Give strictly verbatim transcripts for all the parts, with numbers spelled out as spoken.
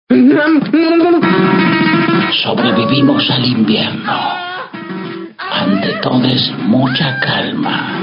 Sobrevivimos al invierno. Ante todo es mucha calma.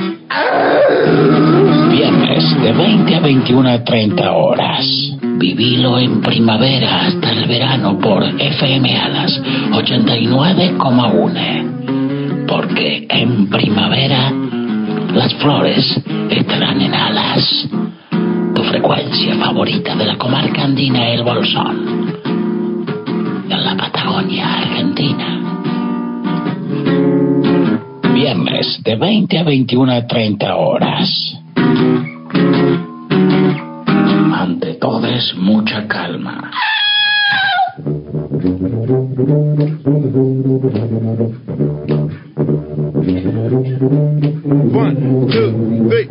Viernes de veinte a veintiuna a treinta horas. Vivilo en primavera hasta el verano por F M Alas ochenta y nueve coma uno. Porque en primavera las flores estarán en alas. Tu frecuencia favorita de la comarca andina El Bolsón. En la Patagonia Argentina. Viernes de veinte a veintiuna a treinta horas. Ante todo es mucha calma. One, two, three.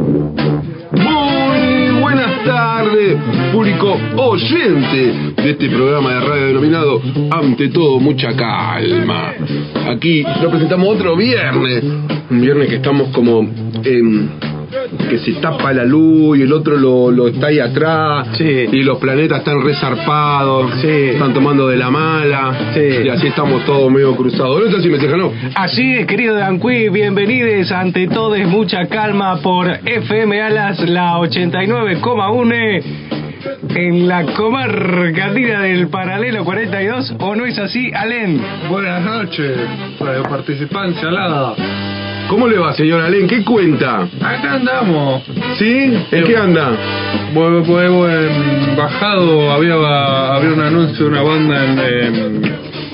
Muy buenas tardes, público oyente de este programa de radio denominado Ante todo mucha calma. Aquí nos presentamos otro viernes, un viernes que estamos como eh, que se tapa la luz y el otro lo, lo está ahí atrás, sí. Y los planetas están resarpados, sí. Están tomando de la mala, sí. Y así estamos todos medio cruzados. ¿No es así, Mesejano? Así es, querido Danqui, bienvenidos ante todo es mucha calma por F M Alas, la ochenta y nueve coma uno en la comarca andina del Paralelo cuarenta y dos, ¿o no es así, Alén? Buenas noches, Radio Participancia Alada. ¿Cómo le va, señor Alén? ¿Qué cuenta? Acá andamos. ¿Sí? ¿En qué anda? Bueno, pues en bajado había, había un anuncio de una banda en, en,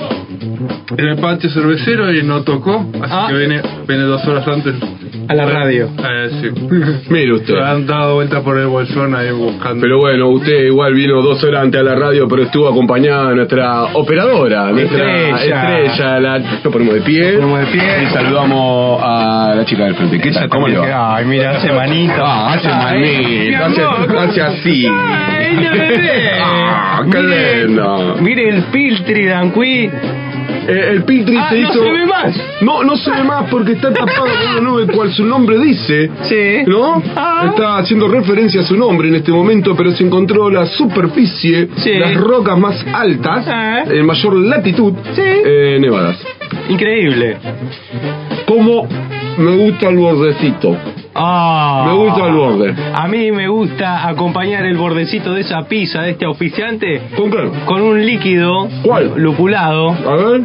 en el patio cervecero y no tocó, así ah. que viene, viene dos horas antes a la radio. Eh, sí. Mire usted. Se han dado vuelta por el bolsón ahí buscando. Pero bueno, usted igual vino dos horas antes a la radio, pero estuvo acompañada de nuestra operadora, nuestra estrella. estrella la, nos ponemos de pie. Nos ponemos de pie. Y saludamos a la chica del frente. ¿Qué tal? ¿Cómo le va? Ay, mira, hace manito. Ah, hace manito. Hace, hace así. Ay, no me ve. Ah, qué lindo. Mire el filtri, Danqui. Eh, el Piltri ah, se no hizo... se ve más. No, no se ve más porque está tapado con una nube cual su nombre dice. Sí. ¿No? Ah. Está haciendo referencia a su nombre en este momento, pero se encontró la superficie, sí. Las rocas más altas, ah. En mayor latitud, sí. eh, nevadas. Increíble. Como me gusta el bordecito. Ah, me gusta el borde. A mí me gusta acompañar el bordecito de esa pizza de este oficiante. ¿Con qué? Con un líquido. ¿Cuál? Lupulado. A ver.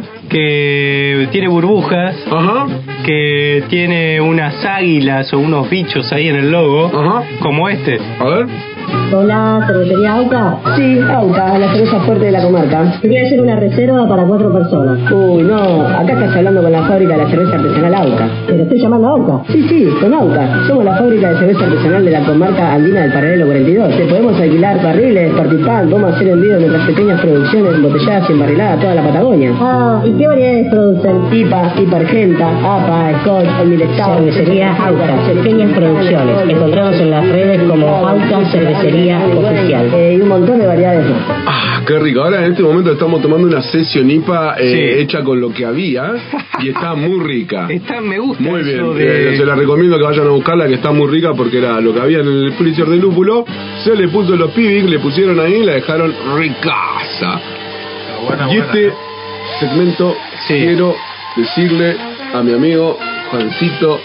Que tiene burbujas. Ajá. Que tiene unas águilas o unos bichos ahí en el logo. Ajá. Como este. A ver. Hola, ¿cervecería Auca? Sí, Auca, la cerveza fuerte de la comarca. Quería hacer una reserva para cuatro personas. Uy, no, acá estás hablando con la fábrica de la cerveza artesanal Auca. ¿Pero estoy llamando a Auca? Sí, sí, con Auca. Somos la fábrica de cerveza artesanal de la comarca andina del Paralelo cuarenta y dos. Te podemos alquilar barriles, participar, vamos a hacer envío de nuestras pequeñas producciones embotelladas y embarriladas a toda la Patagonia. Ah, ¿y qué variedades producen? I P A, I P A Argenta, A P A, Scotch, Omnilestado. Cervecería Auca, pequeñas producciones. Encontramos en las redes como Auca Cervecería Oficial. Eh, y un montón de variedades más. Ah, qué rico. Ahora en este momento estamos tomando una sesión I P A eh, sí. hecha con lo que había y está muy rica. Está, me gusta. Muy bien. Eso de... eh, se la recomiendo que vayan a buscarla, que está muy rica porque era lo que había en el freezer de lúpulo. Se le puso los pibis, le pusieron ahí y la dejaron ricaza. Buena, y buena. Este segmento sí. quiero decirle a mi amigo Juancito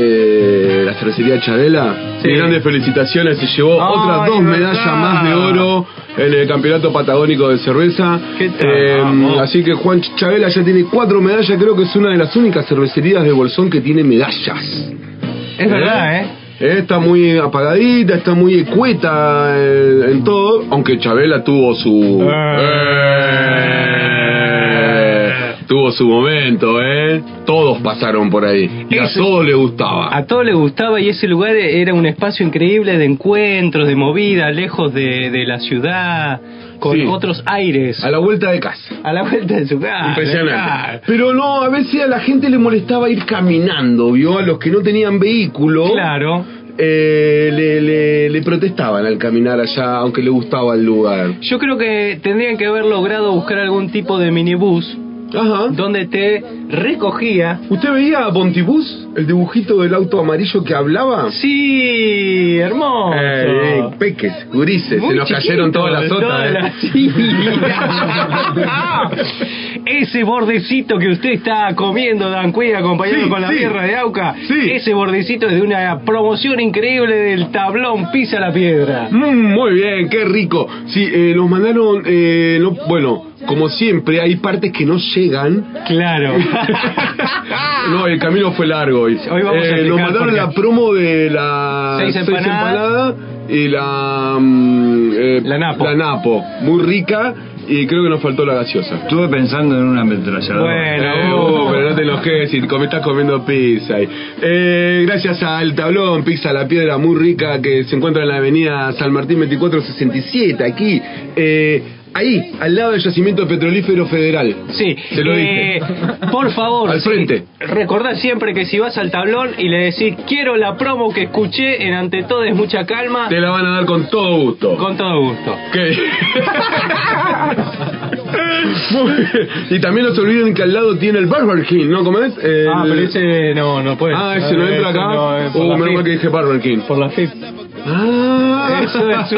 de la cervecería Chabela, sí. Grandes felicitaciones, se llevó oh, otras dos medallas verdad. más de oro en el campeonato patagónico de cerveza. ¿Qué tal? Eh, así que Juan Chabela ya tiene cuatro medallas, creo que es una de las únicas cervecerías de Bolsón que tiene medallas. Es ¿Eh? verdad, ¿eh? Está muy apagadita, está muy escueta en, en todo, aunque Chabela tuvo su... Eh. Tuvo su momento, ¿eh? Todos pasaron por ahí. Y Eso, a todos les gustaba. A todos les gustaba y ese lugar era un espacio increíble de encuentros, de movida, lejos de, de la ciudad, con sí. otros aires. A la vuelta de casa. A la vuelta de su casa. Impresionante. Pero no, a veces a la gente le molestaba ir caminando, ¿vio? A los que no tenían vehículo. Claro. Eh, le, le, le protestaban al caminar allá, aunque le gustaba el lugar. Yo creo que tendrían que haber logrado buscar algún tipo de minibús Ajá. donde te recogía. ¿Usted veía a Bontibus, el dibujito del auto amarillo que hablaba? Sí, hermoso. Eh, peques, gurises, Muy se nos chiquito, cayeron todas las todas otras. las- sí. Ese bordecito que usted está comiendo, Danqui, acompañado Sí, con la sí. birra de Auca, Sí. ese bordecito es de una promoción increíble del tablón Pisa la Piedra. Mm, muy bien, qué rico. Sí, eh, nos mandaron, eh, no, bueno, como siempre, hay partes que no llegan. Claro. No, el camino fue largo hoy. Hoy vamos a Eh, explicar nos mandaron por qué. la promo de la Seis empanadas. empanadas y la mm, eh, La Napo. la Napo, muy rica, y creo que nos faltó la gaseosa. Estuve pensando en una ametralladora. Bueno, Eh, uh, pero no te enojes si come, estás comiendo pizza ahí. Eh, gracias al tablón Pizza La Piedra, muy rica, que se encuentra en la avenida San Martín veinticuatro sesenta y siete, aquí, eh, ahí, al lado del yacimiento petrolífero federal. Sí, Se lo eh, dije. por favor, Al sí, frente. recordá siempre que si vas al tablón y le decís quiero la promo que escuché en Ante Todo es Mucha Calma, Te la van a dar con todo gusto. con todo gusto. ¿Qué? Muy bien. Y también no se olviden que al lado tiene el Burger King, ¿no? ¿Cómo es? El... Ah, pero ese no, no puede. Ah, ese no entra acá. No, eh, por Uh, la menos F I P. mal que dije Burger King. Por la F I P. Ah. Eso es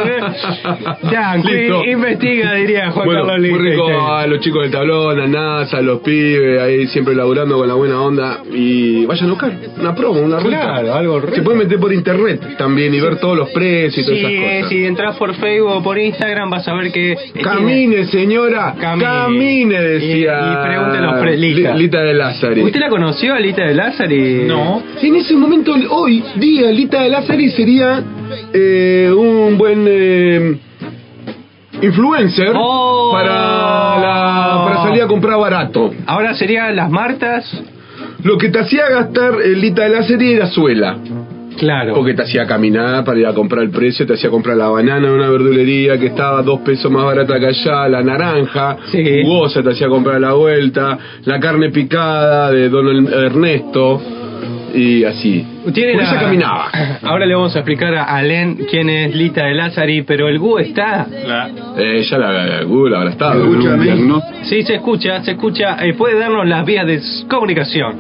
ya, Listo. investiga, diría Juan Bueno, Carlos muy rico Lichtenstein. a los chicos del tablón, a NASA, a los pibes, ahí siempre laburando con la buena onda. Y vayan a buscar una promo, una ruta. Claro, algo rico. Se pueden meter por internet también y ver todos los precios y todas Sí, esas eh, cosas. si entras por Facebook o por Instagram vas a ver que... Camine, señora, Camine. camine, decía. Y- y pregunte los pre- Lita. Li- Lita de Lázari. ¿Usted la conoció, Alita de Lázari? No. En ese momento, hoy día, Lita de Lázari sería eh, un buen eh, influencer Oh. para, la, para salir a comprar barato. Ahora serían las Martas. Lo que te hacía gastar eh, Lita de Lázari era suela. Claro. Porque te hacía caminar para ir a comprar el precio, te hacía comprar la banana en una verdulería que estaba dos pesos más barata que allá, la naranja, Sí. jugosa, te hacía comprar a la vuelta, la carne picada de Don Ernesto, y así. Tiene Por la- eso caminaba. Ahora le vamos a explicar a Alén quién es Lita de Lázari, pero el Gu está. La, Eh, ya la Google habrá estado. ¿Me escucha a mí? Diagnóstico. Sí, se escucha, se escucha. Eh, puede darnos las vías de comunicación.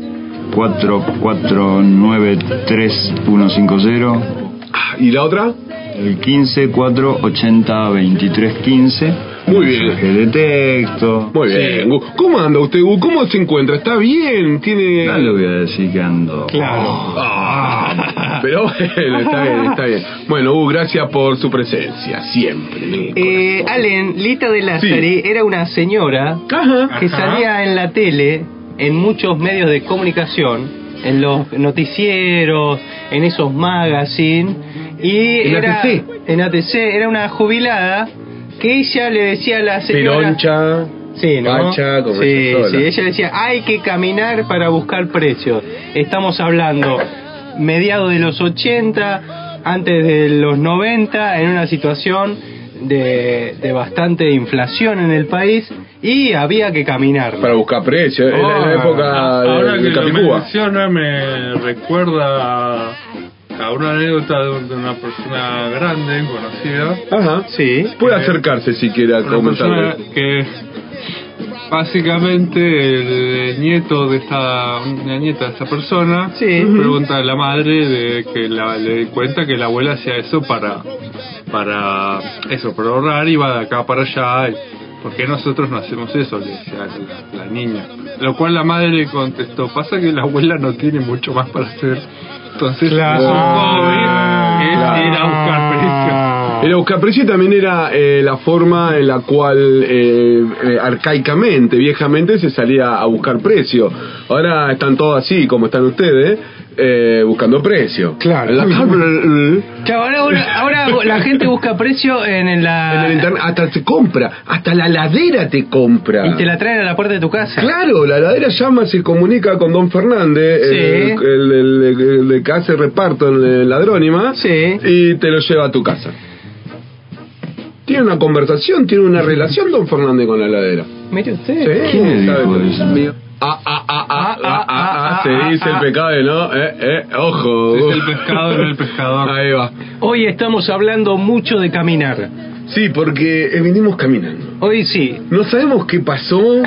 cuatro cuatro nueve tres uno cinco cero. ¿Y la otra? El quince cuatro ochenta veintitrés quince. Muy bien. Mensaje de texto. Muy bien. Gu. ¿Cómo anda usted, Gu? ¿Cómo se encuentra? ¿Está bien? ¿Tiene...? No le voy a decir que ando. Claro. Ah, pero bueno, está bien, está bien. Bueno, Gu, gracias por su presencia, siempre. Eh, Allen, Lita de Lázari Sí. era una señora Ajá. que Ajá. salía en la tele, en muchos medios de comunicación, en los noticieros, en esos magazines, y En era A T C. en A T C, era una jubilada que ella le decía a la señora... Peloncha. Sí, ¿no? Pacha, como sí, ella sola. sí, ella decía, hay que caminar para buscar precios. Estamos hablando mediados de los ochenta, antes de los noventa, en una situación de, de bastante inflación en el país, y había que caminar. Para buscar precios. En la, en la Oh, época ahora de, que de lo Capicúa. menciona me recuerda a una anécdota de de una persona grande, conocida. Ajá. Sí. Puede acercarse si quiere a Una persona comentarle. que básicamente el nieto de esta una nieta de esta persona Sí. pregunta a la madre de que la, le cuenta que la abuela hacía eso para para eso, para ahorrar, iba de acá para allá. y, ¿por qué nosotros no hacemos eso?, le decía la, la niña. Lo cual la madre le contestó, pasa que la abuela no tiene mucho más para hacer, entonces Claro. su hobby es Claro. ir a buscar precios. El buscar precio también era eh, la forma en la cual eh, eh, arcaicamente, viejamente se salía a buscar precio. Ahora están todos así, como están ustedes, eh, buscando precio. Claro. La- Claro, ahora, ahora- ahora la gente busca precio en la... en el internet hasta te compra, hasta la ladera te compra. y te la traen a la puerta de tu casa. Claro, la ladera llama, se comunica con Don Fernández, Sí. el, el, el- el de que hace reparto en la Ladrónima, Sí. y te lo lleva a tu casa. Tiene una conversación, tiene una relación Don Fernández con la ladera. Mire usted. Sí, ¿Quién sabe. dijo eso? Mío. Ah, ah, ah, ah, ah, ah, ah, ah, se ah, dice ah. el pecado, ¿no? Eh, eh, ojo. Es el pescado, no el pescador. Ahí va. Hoy estamos hablando mucho de caminar. Sí, porque eh, vinimos caminando. Hoy sí. No sabemos qué pasó,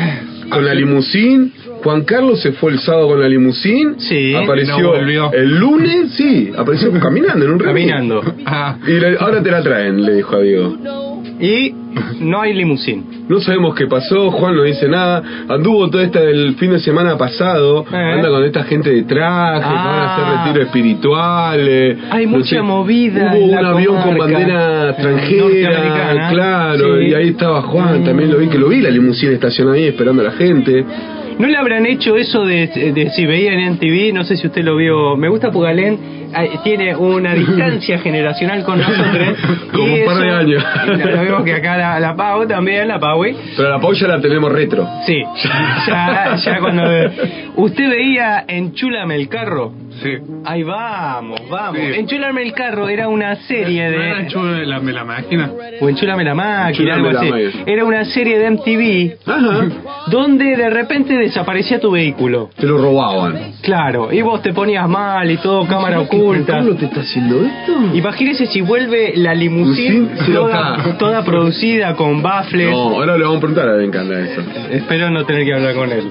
con la limusín. Juan Carlos se fue el sábado con la limusín. Sí. Apareció no volvió. el lunes, sí, apareció caminando en un remis. Caminando. Ah, Y le- ahora te la traen, le dijo a Diego. Y no hay limusín. No sabemos qué pasó, Juan no dice nada. Anduvo todo este el fin de semana pasado. Eh. Anda con esta gente de traje, que van a hacer Ah. retiros espirituales. Hay no mucha sé. movida Hubo en un la avión con comarca, bandera eh, extranjera, norteamericana. claro, Sí. y ahí estaba Juan, también lo vi, que lo vi la limusina estacionada ahí esperando a la gente. ¿No le habrán hecho eso de, de si veían en T V? No sé si usted lo vio. Me gusta porque Alén eh, tiene una distancia generacional con nosotros. Como y un par de eso- años. Lo vemos que acá la, la Pau también, la Pau. Pero la pausa la tenemos retro. Sí, ya, ya cuando... ¿Usted veía Enchúlame el carro? sí. Ahí vamos, vamos. Sí. Enchúlame el carro era una serie ¿No era de... hecho la, la máquina? O Enchúlame la máquina, Enchúlame algo así. la máquina. Era una serie de M T V Ajá. donde de repente desaparecía tu vehículo. Te lo robaban. Claro, y vos te ponías mal y todo, cámara oculta. ¿Cómo te está haciendo esto? Imagínese si vuelve la limusín Sí, lo toda, caga. toda producida con baffles. No, ahora le vamos a preguntar a Encanta eso. Espero no tener que hablar con él.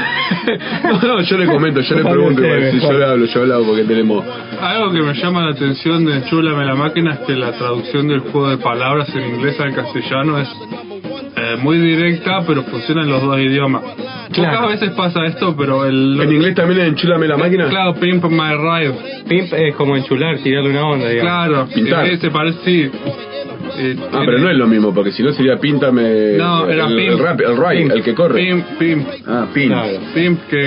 no, no, yo le comento, yo le Juan pregunto, Esteban, igual, si yo Juan. le hablo, yo hablo porque tenemos... Algo que me llama la atención de Enchúlame la máquina es que la traducción del juego de palabras en inglés al castellano es eh, muy directa, pero funciona en los dos idiomas. Claro. Pocas veces pasa esto, pero el... ¿En inglés también es Enchúlame la máquina? Claro, Pimp My Ride. Pimp es como enchular, tirarle una onda, digamos. Claro, Pintar. eh, se parece, sí. Eh, Ah, pero no es lo mismo, porque si no sería Píntame... No, era el, Pimp. el, rap, el ride, Pimp. el que corre. Pimp, Pimp. Ah, Pin. Claro. Pimp que...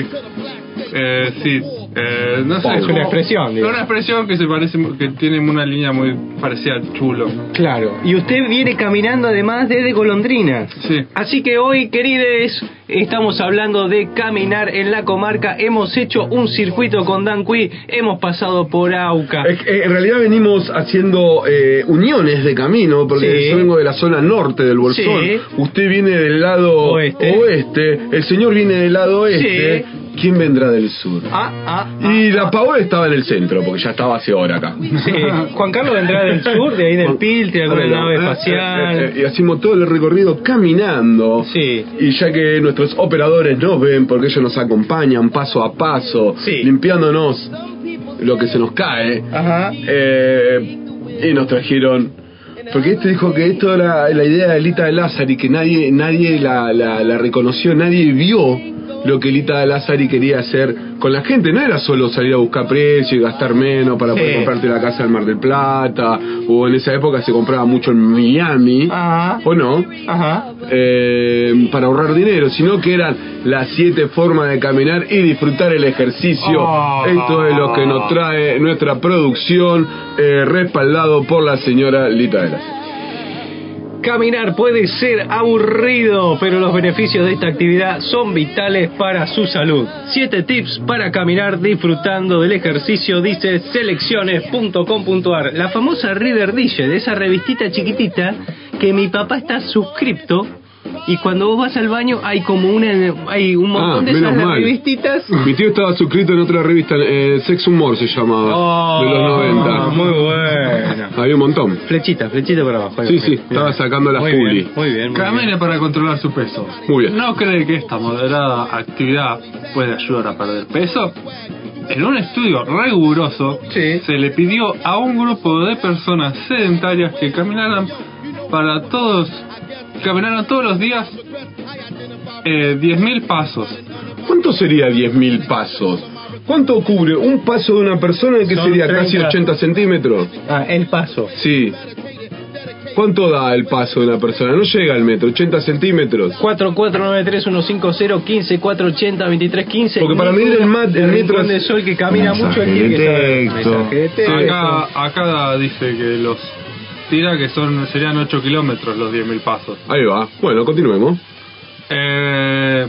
Eh, sí, eh, no sé. Es una expresión, Es digo. una expresión que se parece, que tiene una línea muy parecida al chulo. Claro. Y usted viene caminando además desde Golondrinas. Sí. Así que hoy, querides, estamos hablando de caminar en la comarca. Hemos hecho un circuito con Dan Cui, hemos pasado por Auca. Es que, eh, en realidad venimos haciendo eh, uniones de camino, porque Sí. yo vengo de la zona norte del Bolsón. Sí. Usted viene del lado Oeste. oeste, el señor viene del lado oeste. Sí. ¿Quién vendrá del sur? Ah, ah, ah. Y la Paola estaba en el centro, porque ya estaba hace hora acá. Sí. Juan Carlos vendrá del sur, de ahí del Piltre, alguna Bueno, nave eh, espacial. eh, eh, y hacemos todo el recorrido caminando. Sí. Y ya que nuestros operadores nos ven, porque ellos nos acompañan paso a paso, Sí. limpiándonos lo que se nos cae, Ajá. eh, y nos trajeron... Porque este dijo que esto era la idea de Lita de Lázari, que nadie nadie la, la, la reconoció, nadie vio lo que Lita de Lázari quería hacer con la gente. No era solo salir a buscar precio y gastar menos para Sí. poder comprarte la casa del Mar del Plata, o en esa época se compraba mucho en Miami, Ajá. o no, Ajá. eh, para ahorrar dinero, sino que eran las siete formas de caminar y disfrutar el ejercicio. Oh. Esto es lo que nos trae nuestra producción, eh, respaldado por la señora Lita de Lázari. Caminar puede ser aburrido, pero los beneficios de esta actividad son vitales para su salud. Siete tips para caminar disfrutando del ejercicio, dice selecciones punto com punto ar. La famosa Reader Digest, esa revistita chiquitita que mi papá está suscripto. Y cuando vos vas al baño hay como una hay un montón Ah, de menos esas mal. revistitas. Mi tío estaba suscrito en otra revista, eh, Sex Humor se llamaba, Oh, de los noventa. muy bueno. Había un montón. Flechita, flechita para abajo. ahí Sí, va. sí, estaba sacando la Muy Juli. bien, muy bien. Muy Camine bien. para controlar su peso. Muy bien. ¿No cree que esta moderada actividad puede ayudar a perder peso? En un estudio riguroso, Sí. se le pidió a un grupo de personas sedentarias que caminaran para todos, caminaran todos los días eh, diez mil pasos. ¿Cuánto sería diez mil pasos? ¿Cuánto cubre un paso de una persona que Son sería casi treinta. ochenta centímetros? Ah, el paso. Sí. ¿Cuánto da el paso de una persona? No llega al metro, ochenta centímetros. cuatro cuatro nueve tres uno cinco cero uno cinco cuatro ocho cero dos tres uno cinco. Porque para medir el mat- el metro de es- sol que camina mucho Mensaje el tiene que de saber. texto. Mensaje de texto. Acá, acá dice que los tira que son serían ocho kilómetros los diez mil pasos. Ahí va. Bueno, continuemos. Eh,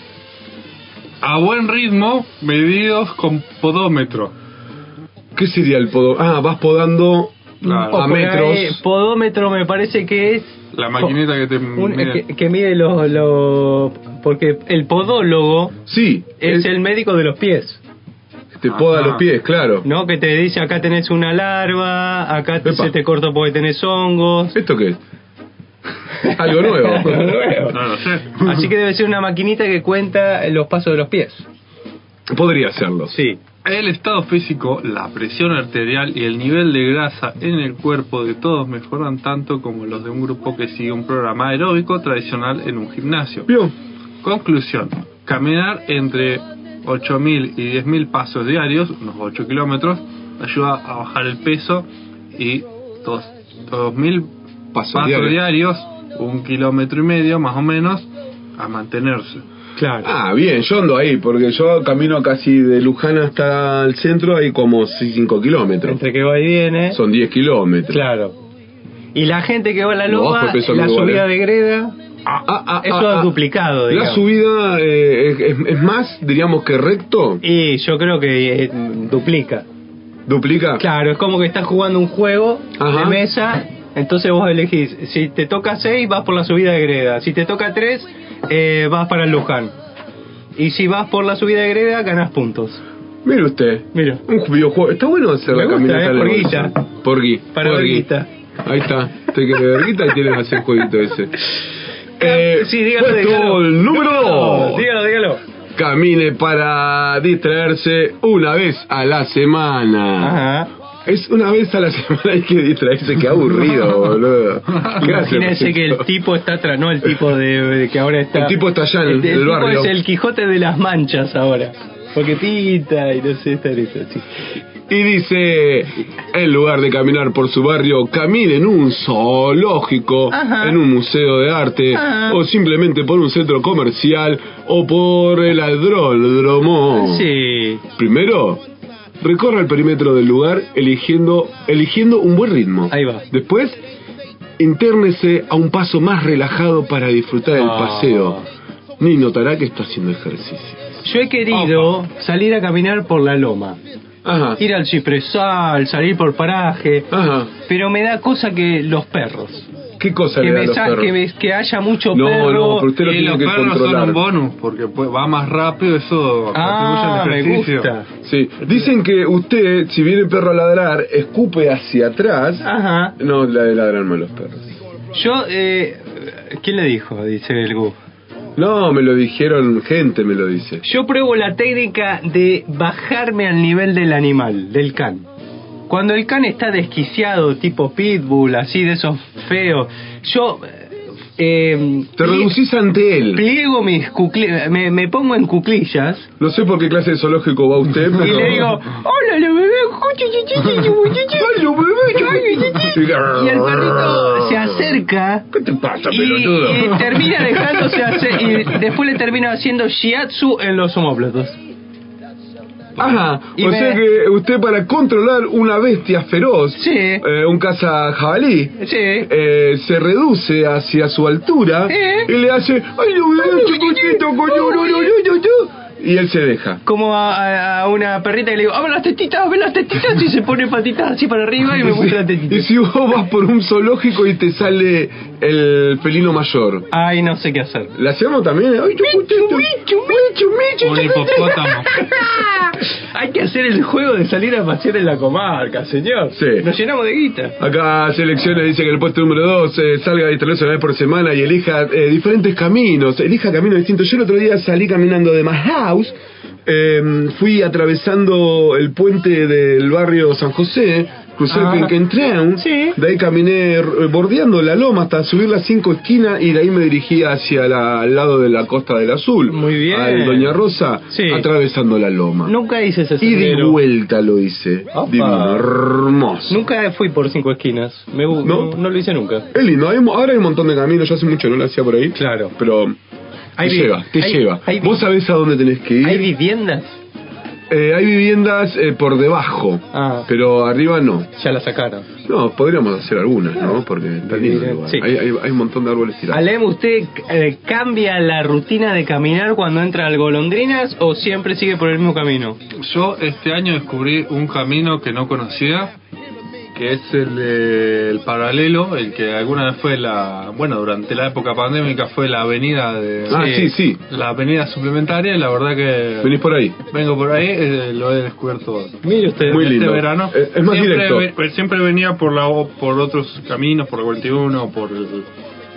a buen ritmo, medidos con podómetro. ¿Qué sería el podo? Ah, vas podando Claro. a O por ahí, metros. podómetro me parece que es La maquinita que te un- mide. que, que mide los lo, porque el podólogo Sí, es es- el médico de los pies, te poda Ajá. los pies, claro. ¿no? Que te dice acá tenés una larva, acá te- Epa. se te cortó porque tenés hongos. ¿Esto qué es? Algo nuevo. Algo nuevo. No lo sé. Así que debe ser una maquinita que cuenta los pasos de los pies. Podría serlo. Sí. El estado físico, la presión arterial y el nivel de grasa en el cuerpo de todos mejoran tanto como los de un grupo que sigue un programa aeróbico tradicional en un gimnasio. Bien. Conclusión: caminar entre ocho mil y diez mil pasos diarios, unos ocho kilómetros, ayuda a bajar el peso, y dos mil Pasos pasos diarios. diarios, un kilómetro y medio más o menos, a mantenerse. Claro. Ah, bien, yo ando ahí, porque yo camino casi de Luján hasta el centro, hay como cinco kilómetros. Entre que va y viene. Son diez kilómetros. Claro. Y la gente que va a la Lo bajo loma, el peso la igual, subida ¿eh? de greda, Ah, ah, ah, eso ah, es ah. duplicado, digamos. La subida eh, es, es- es más, diríamos que recto, Y yo creo que eh, duplica. duplica. Claro, es como que estás jugando un juego Ajá. de mesa, entonces vos elegís, si te toca seis vas por la subida de greda, si te toca tres eh, vas para el Luján. Y si vas por la subida de greda ganás puntos. Mire usted, Mira. un videojuego. Está bueno hacer Me la gusta, caminata eh, en la por bolsa. guita. Por gui. Para por ver gui. guita. Ahí está. Usted quiere ver guita y tiene que hacer jueguito ese. Eh, sí, dígalo, puesto dígalo. el número dos. Dígalo, dígalo. Camine para distraerse una vez a la semana. Ajá. Es una vez a la semana, hay que distraerse, qué aburrido, boludo. Gracias. Imagínense que el tipo está atrás, no el tipo de, de que ahora está. El tipo está allá en el- el, el tipo barrio. es el Quijote de las Manchas ahora. Porque pita y no sé, está en eso, sí. Y dice, en lugar de caminar por su barrio, camine en un zoológico, Ajá. en un museo de arte, Ajá. o simplemente por un centro comercial, o por el adródromo. Sí. Primero, recorra el perímetro del lugar eligiendo, eligiendo un buen ritmo. Ahí va. Después, intérnese a un paso más relajado para disfrutar el Ah. paseo. Ni notará que está haciendo ejercicio. Yo he querido salir a caminar por la loma. Ajá. Ir al cipresal, salir por paraje. Ajá. Pero me da cosa que los perros. ¿Qué cosa Que, le da a me los sa- perros? que, me- que haya mucho No, perro. no, pero usted lo Y tiene los que perros controlar. son un bonus, porque pues, va más rápido, eso Ah, contribuye al me ejercicio. gusta. Sí, dicen que usted, si viene el perro a ladrar, escupe hacia atrás. Ajá. No le ladran mal los perros. Yo, eh, ¿quién le dijo? Dice el Gu. No, me lo dijeron, gente me lo dice. Yo pruebo la técnica de bajarme al nivel del animal, del can. Cuando el can está desquiciado, tipo pitbull, así de esos feos, yo eh, Te plie- reducís ante él. pliego mis cuclillas, me, me pongo en cuclillas No sé por qué clase de zoológico va usted, pero... y le digo, hola, lo bebé, ¡Ay, lo bebé! y el perrito se acerca ¿Qué te pasa, y, pelotudo? y termina dejándose hacer, y después le termina haciendo shiatsu en los omóplatos. Ajá, Y o me- sea que usted para controlar una bestia feroz, Sí. eh, un caza jabalí, Sí. eh, se reduce hacia su altura Sí. y le hace ¡ay, lo bebé chiquitito, coño, no, no, no, no, no", y él se deja. Como a, a- a una perrita que le digo, ¡ah, las tetitas, ve las tetitas! Y se pone patitas así para arriba y me muestra las Y tetitas. si vos vas por un zoológico y te sale el felino mayor, Ay, no sé qué hacer. ¿le hacemos también? ¡Ay, chiquitito! Un hipopótamo. Hay que hacer el juego de salir a pasear en la comarca, señor. Sí. Nos llenamos de guita. Acá selecciones dice que el puesto número dos eh, salga a distraerse una vez por semana y elija eh, diferentes caminos, elija caminos distintos. Yo el otro día salí caminando de My House, eh, fui atravesando el puente del barrio San José, crucé Ah. el Pinkentrain, Sí. de ahí caminé eh, bordeando la loma hasta subir las cinco esquinas y de ahí me dirigí hacia la, al lado de la Costa del Azul, Muy bien. al Doña Rosa, Sí. atravesando la loma. Nunca hice ese Y de sendero. vuelta lo hice, Opa. divino, hermoso. Nunca fui por cinco esquinas. Me, gu- ¿No? no, no lo hice nunca. Es lindo, hay, ahora hay un montón de caminos, yo hace mucho no lo hacía por ahí. Claro. Pero Hay te vi- lleva, te hay- lleva. hay vi- Vos sabés a dónde tenés que ir. ¿Hay viviendas? Eh, hay viviendas eh, por debajo, Ah. pero arriba no. Ya la sacaron. No, podríamos hacer algunas, ¿no? Porque está lindo el lugar. Sí. Hay, hay, hay un montón de árboles tirados. Alem, ¿usted eh, cambia la rutina de caminar cuando entra al Golondrinas o siempre sigue por el mismo camino? Yo este año descubrí un camino que no conocía, que es el, eh, el paralelo, el que alguna vez fue la, bueno, durante la época pandémica fue la avenida de, Ah, sí, sí. la avenida suplementaria, y la verdad que Venís por ahí. vengo por ahí, eh, lo he descubierto Mire usted. Muy este lindo. verano. Eh, es más siempre, directo. ve- siempre venía por la por otros caminos, por la cuarenta y uno, por el,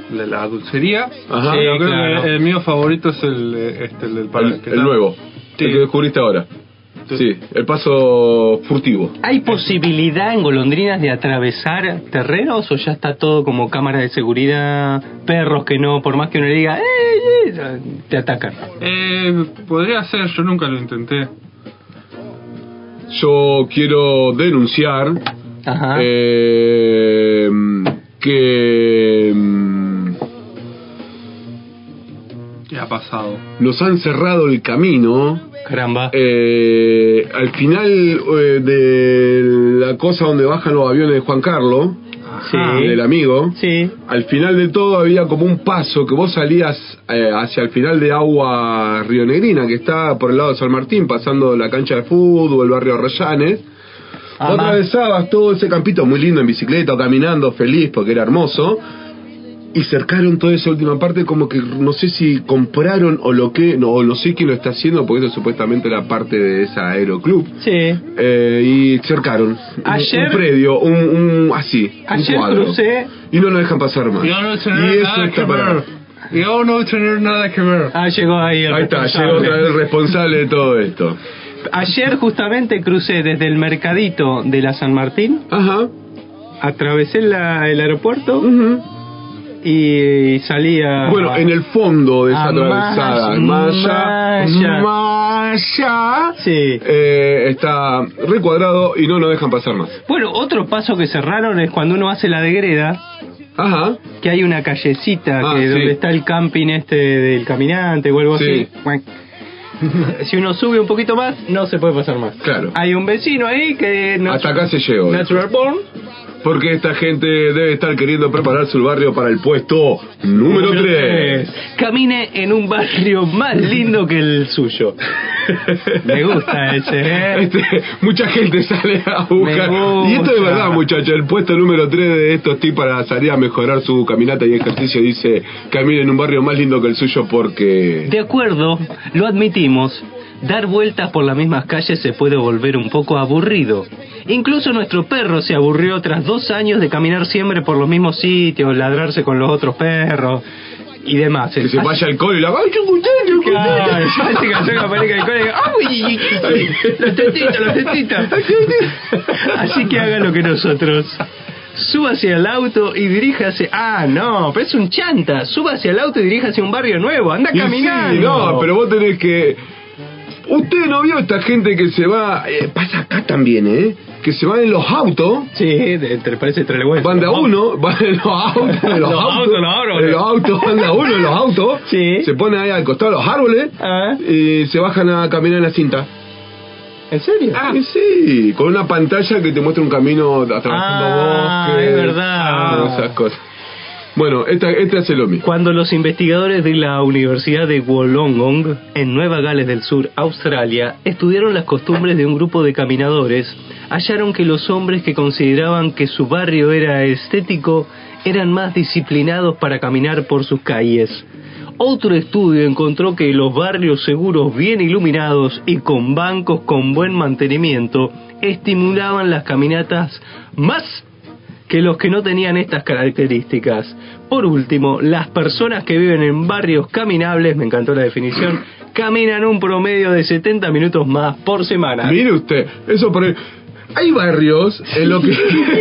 de la dulcería. Ajá. Sí, creo claro. que el mío favorito es el, este, el del El, para- que el está- nuevo, Sí. el que descubriste ahora. Sí, el paso furtivo. ¿Hay posibilidad en Golondrinas de atravesar terrenos o ya está todo como cámaras de seguridad, perros que no, por más que uno le diga, ¡eh, eh", te atacan? Eh, podría ser, yo nunca lo intenté. Yo quiero denunciar Ajá. eh, que mm, ¿Qué ha pasado? nos han cerrado el camino. Caramba. Eh, al final eh, de la cosa donde bajan los aviones de Juan Carlos, Sí. del amigo, Sí. al final de todo había como un paso que vos salías eh, hacia el final de Agua Río Negrina, que está por el lado de San Martín, pasando la cancha de fútbol, el barrio Arrayanes. Ah, Vos más. atravesabas todo ese campito muy lindo en bicicleta o caminando, feliz porque era hermoso. Y cercaron toda esa última parte, como que no sé si compraron o lo que, no, o no sé quién lo está haciendo, porque eso supuestamente era parte de esa aeroclub. Sí. Eh, y cercaron un- Ayer- un predio, un, un así, Ayer un cuadro. crucé- Y no lo dejan pasar más. Yo no y tener eso nada está que para... ver. Yo no tener nada que ver. Ah, llegó ahí el Ahí está, responsable. llegó otra vez el responsable de todo esto. Ayer justamente crucé desde el mercadito de la San Martín, Ajá. atravesé la- el aeropuerto Ujú. y salí a... Bueno, en el fondo de esa a atravesada, Maya- más allá, Maya. más allá, Sí. eh, está recuadrado y no nos dejan pasar más. Bueno, otro paso que cerraron es cuando uno hace la de Greda, Ajá. que hay una callecita Ah, que sí. donde está el camping este del caminante o algo Sí. así. Cuac. Si uno sube un poquito más, no se puede pasar más. Claro. Hay un vecino ahí que... natu- Hasta acá se llegó. Natural Born. Porque esta gente debe estar queriendo preparar su barrio para el puesto número tres. Camine en un barrio más lindo que el suyo. Me gusta ese, ¿eh? Este, mucha gente sale a buscar. Me Y esto es gusta. verdad, muchachos. El puesto número tres de estos tips para salir a mejorar su caminata y ejercicio dice: camine en un barrio más lindo que el suyo porque... De acuerdo, lo admitimos. Dar vueltas por las mismas calles se puede volver un poco aburrido. Incluso nuestro perro se aburrió tras dos años de caminar siempre por los mismos sitios, ladrarse con los otros perros y demás. Que se vaya al cole y la... ¡Ay, Claro, ya se cansó que aparezca el cole y diga, ¡ay, los tetitos, los tetitos! Así que haga lo que nosotros. Súbase al auto y diríjase... Ah, no, pero es un chanta. Súbase al auto y diríjase a un barrio nuevo. Anda Y caminando. sí, no, pero vos tenés que... Usted no vio esta gente que se va... eh, pasa acá también, ¿eh? Que se van en los autos... Sí, de, te parece entre el Van de a uno, van en los autos, en los, Los autos, autos, los árboles. en los autos, van de a uno en los autos, Sí. se ponen ahí al costado de los árboles Ah. y se bajan a caminar en la cinta. ¿En serio? Ah, y sí, con una pantalla que te muestra un camino atravesando Ah, bosques. es verdad. Esas cosas. Bueno, esta, este hace lo mismo. Cuando los investigadores de la Universidad de Wollongong, en Nueva Gales del Sur, Australia, estudiaron las costumbres de un grupo de caminadores, hallaron que los hombres que consideraban que su barrio era estético eran más disciplinados para caminar por sus calles. Otro estudio encontró que los barrios seguros, bien iluminados y con bancos con buen mantenimiento estimulaban las caminatas más que los que no tenían estas características. Por último, las personas que viven en barrios caminables, me encantó la definición, caminan un promedio de setenta minutos más por semana. Mire usted, eso por el... Hay barrios en, lo que...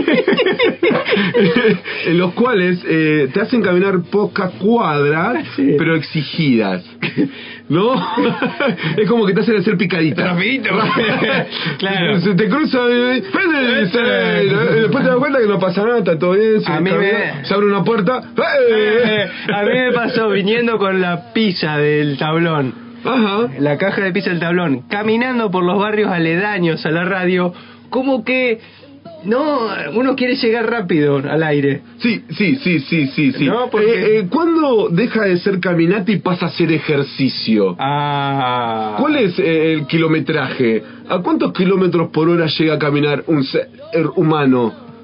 en los cuales eh, te hacen caminar pocas cuadras, Sí. pero exigidas. ¿No? Es como que te hacen hacer picaditas. Rapidito. Claro. Se te cruza y, y después te das cuenta que no pasa nada, está todo bien, se, A mí camina, me- se abre una puerta. Eh, a mí me pasó viniendo con la pizza del tablón, Ajá. la caja de pizza del tablón, caminando por los barrios aledaños a la radio, como que no, uno quiere llegar rápido al aire. Sí, sí, sí, sí, sí, sí. No, porque- Eh, eh, ¿Cuándo deja de ser caminata y pasa a ser ejercicio? Ah. ¿Cuál es eh, el kilometraje? ¿A cuántos kilómetros por hora llega a caminar un ser humano?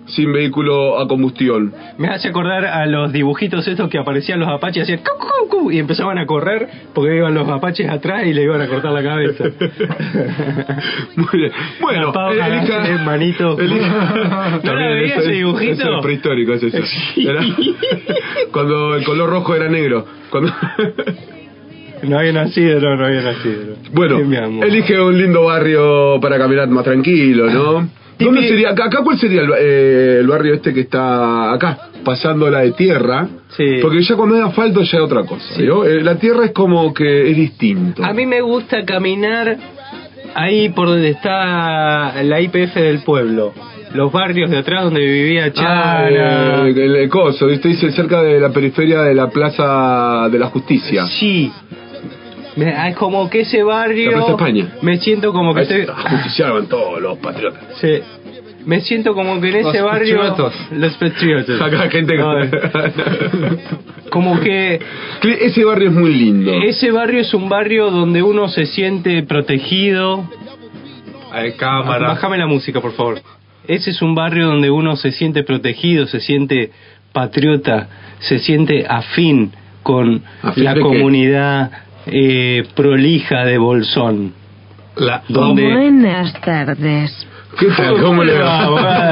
sin vehículo a combustión. Me hace acordar a los dibujitos estos que aparecían los apaches, hacían cu, cu, cu, y empezaban a correr porque iban los apaches atrás y le iban a cortar la cabeza. Muy bien. Bueno, Pauja, elija, eh, manito. elija, ¿No la veía ese dibujito? Eso es prehistórico, es eso. Sí. Era, cuando el color rojo era negro. Cuando... No había nacido, no, no había nacido. Bueno, Sí, mi amor. elige un lindo barrio para caminar más tranquilo, ¿no? Y ¿Dónde mi- sería? Acá, acá ¿cuál sería el, eh, el barrio este que está acá? Pasando la de tierra. Sí. Porque ya cuando hay asfalto ya es otra cosa. ¿no? Eh, la tierra es como que es distinto. A mí me gusta caminar ahí por donde está la I P F del pueblo. Los barrios de atrás donde vivía Ah, Chana. el, el, el coso, ¿viste? Dice cerca de la periferia de la Plaza de la Justicia. Sí. Me- ah, es como que ese barrio... La Plaza España. Me siento como que... Ahí estoy- se ajusticiaban todos los patriotas. Sí. Me siento como que en Los ese barrio... patriotas. Los patriotas. Acá hay gente Ay. que... Como que Ese barrio es muy lindo. ese barrio es un barrio donde uno se siente protegido. Hay cámara. Bájame la música, por favor. Ese es un barrio donde uno se siente protegido, se siente patriota, se siente afín con ¿Afín la de qué? comunidad eh, prolija de Bolsón. La Donde... Buenas tardes. ¿Qué tal? ¿Cómo le va?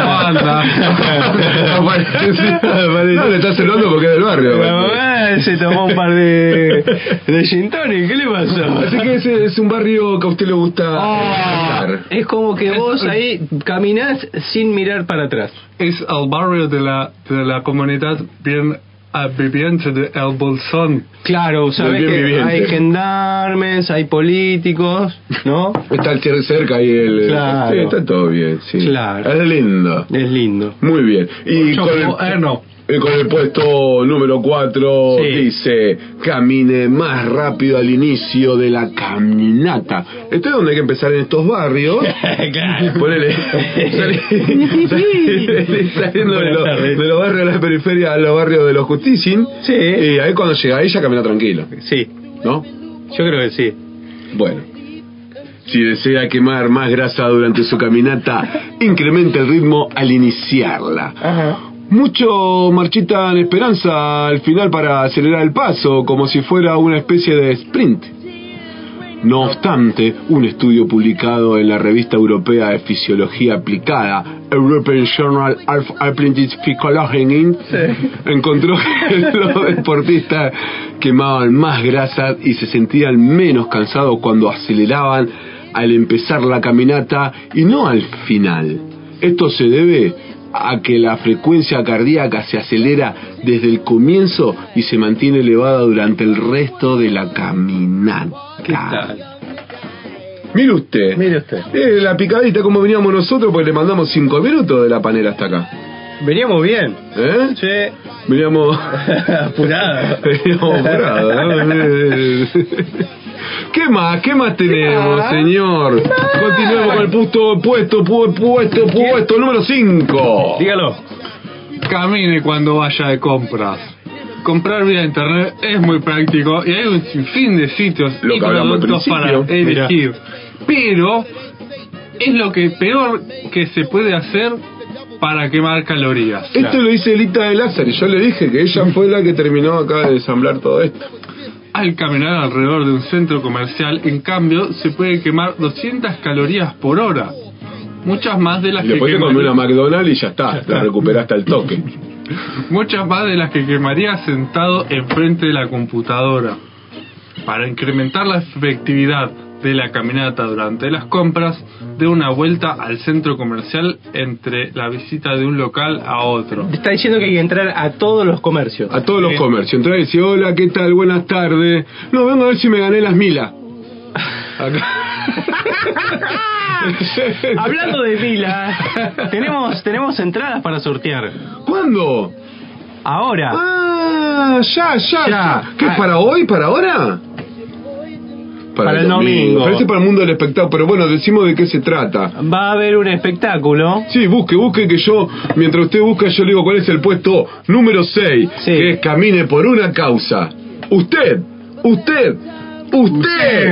No, le está saludando porque es del barrio. La mamá se tomó un par de, de gin tonic, ¿qué le pasó? Así que ese es un barrio que a usted le gusta Ah, estar. es como que vos ahí caminás sin mirar para atrás. Es el barrio de la, de la comunidad bien ah, viviente de El Bolsón. Claro, sabes Del bien que viviente. hay gendarmes, hay políticos, ¿no? Está el cer- cerca ahí el... Claro. Sí, está todo bien, sí. Claro. Es lindo. Es lindo. Muy bien. Y Mucho con el, bueno. y con el puesto número cuatro Sí. dice: camine más rápido al inicio de la caminata. Esto es donde hay que empezar en estos barrios. Claro. Ponele. sali- sali- Saliendo de, los- de los barrios de la periferia a los barrios de los Justicin. Sí. Y ahí cuando llega ahí ya camina tranquilo. Sí, ¿No? yo creo que sí. Bueno. Si desea quemar más grasa durante su caminata, incremente el ritmo al iniciarla. Ajá. Muchos marchitan esperanza al final para acelerar el paso, como si fuera una especie de sprint. No obstante, un estudio publicado en la revista europea de fisiología aplicada, European Journal of Applied Physiology, encontró que los deportistas quemaban más grasa y se sentían menos cansados cuando aceleraban al empezar la caminata y no al final. Esto se debe a que la frecuencia cardíaca se acelera desde el comienzo y se mantiene elevada durante el resto de la caminata. ¿Qué tal? Mire usted, Mire usted. Eh, la picadita como veníamos nosotros, porque le mandamos cinco minutos de la panera hasta acá. Veníamos bien. ¿Eh? Sí. Veníamos... Apurado. Veníamos apurados, ¿no? ¿Qué más? ¿Qué más tenemos, más? señor? Continuemos con el puesto, puesto, pu- puesto, puesto número cinco. Dígalo. Camine cuando vaya de compras. Comprar vía internet es muy práctico y hay un sinfín de sitios Lo y que hablamos al productos para principio. elegir. Pero es lo que peor que se puede hacer para quemar calorías. Esto lo dice Elita de Lázaro y yo le dije que ella fue la que terminó acá de ensamblar todo esto. Al caminar alrededor de un centro comercial, en cambio, se puede quemar doscientas calorías por hora. Muchas más de las Y que después te comí quemaría- una McDonald's y ya está, la recuperaste al toque. muchas más de las que quemaría sentado enfrente de la computadora. Para incrementar la efectividad de la caminata durante las compras, de una vuelta al centro comercial entre la visita de un local a otro. Está diciendo que hay que entrar a todos los comercios. A todos los Sí. comercios. Entonces dice, hola, ¿qué tal? Buenas tardes. No, vengo a ver si me gané las milas. Hablando de Mila, tenemos tenemos entradas para sortear. ¿Cuándo? Ahora. Ah, ya, ya. Ya. ¿Qué es para hoy? ¿Para ahora? Para el domingo. Parece para el mundo del espectáculo, pero bueno, decimos de qué se trata. Va a haber un espectáculo. Sí, busque, busque que yo, mientras usted busca, yo le digo cuál es el puesto número seis, Sí. que es Camine por una causa. Usted, usted, usted,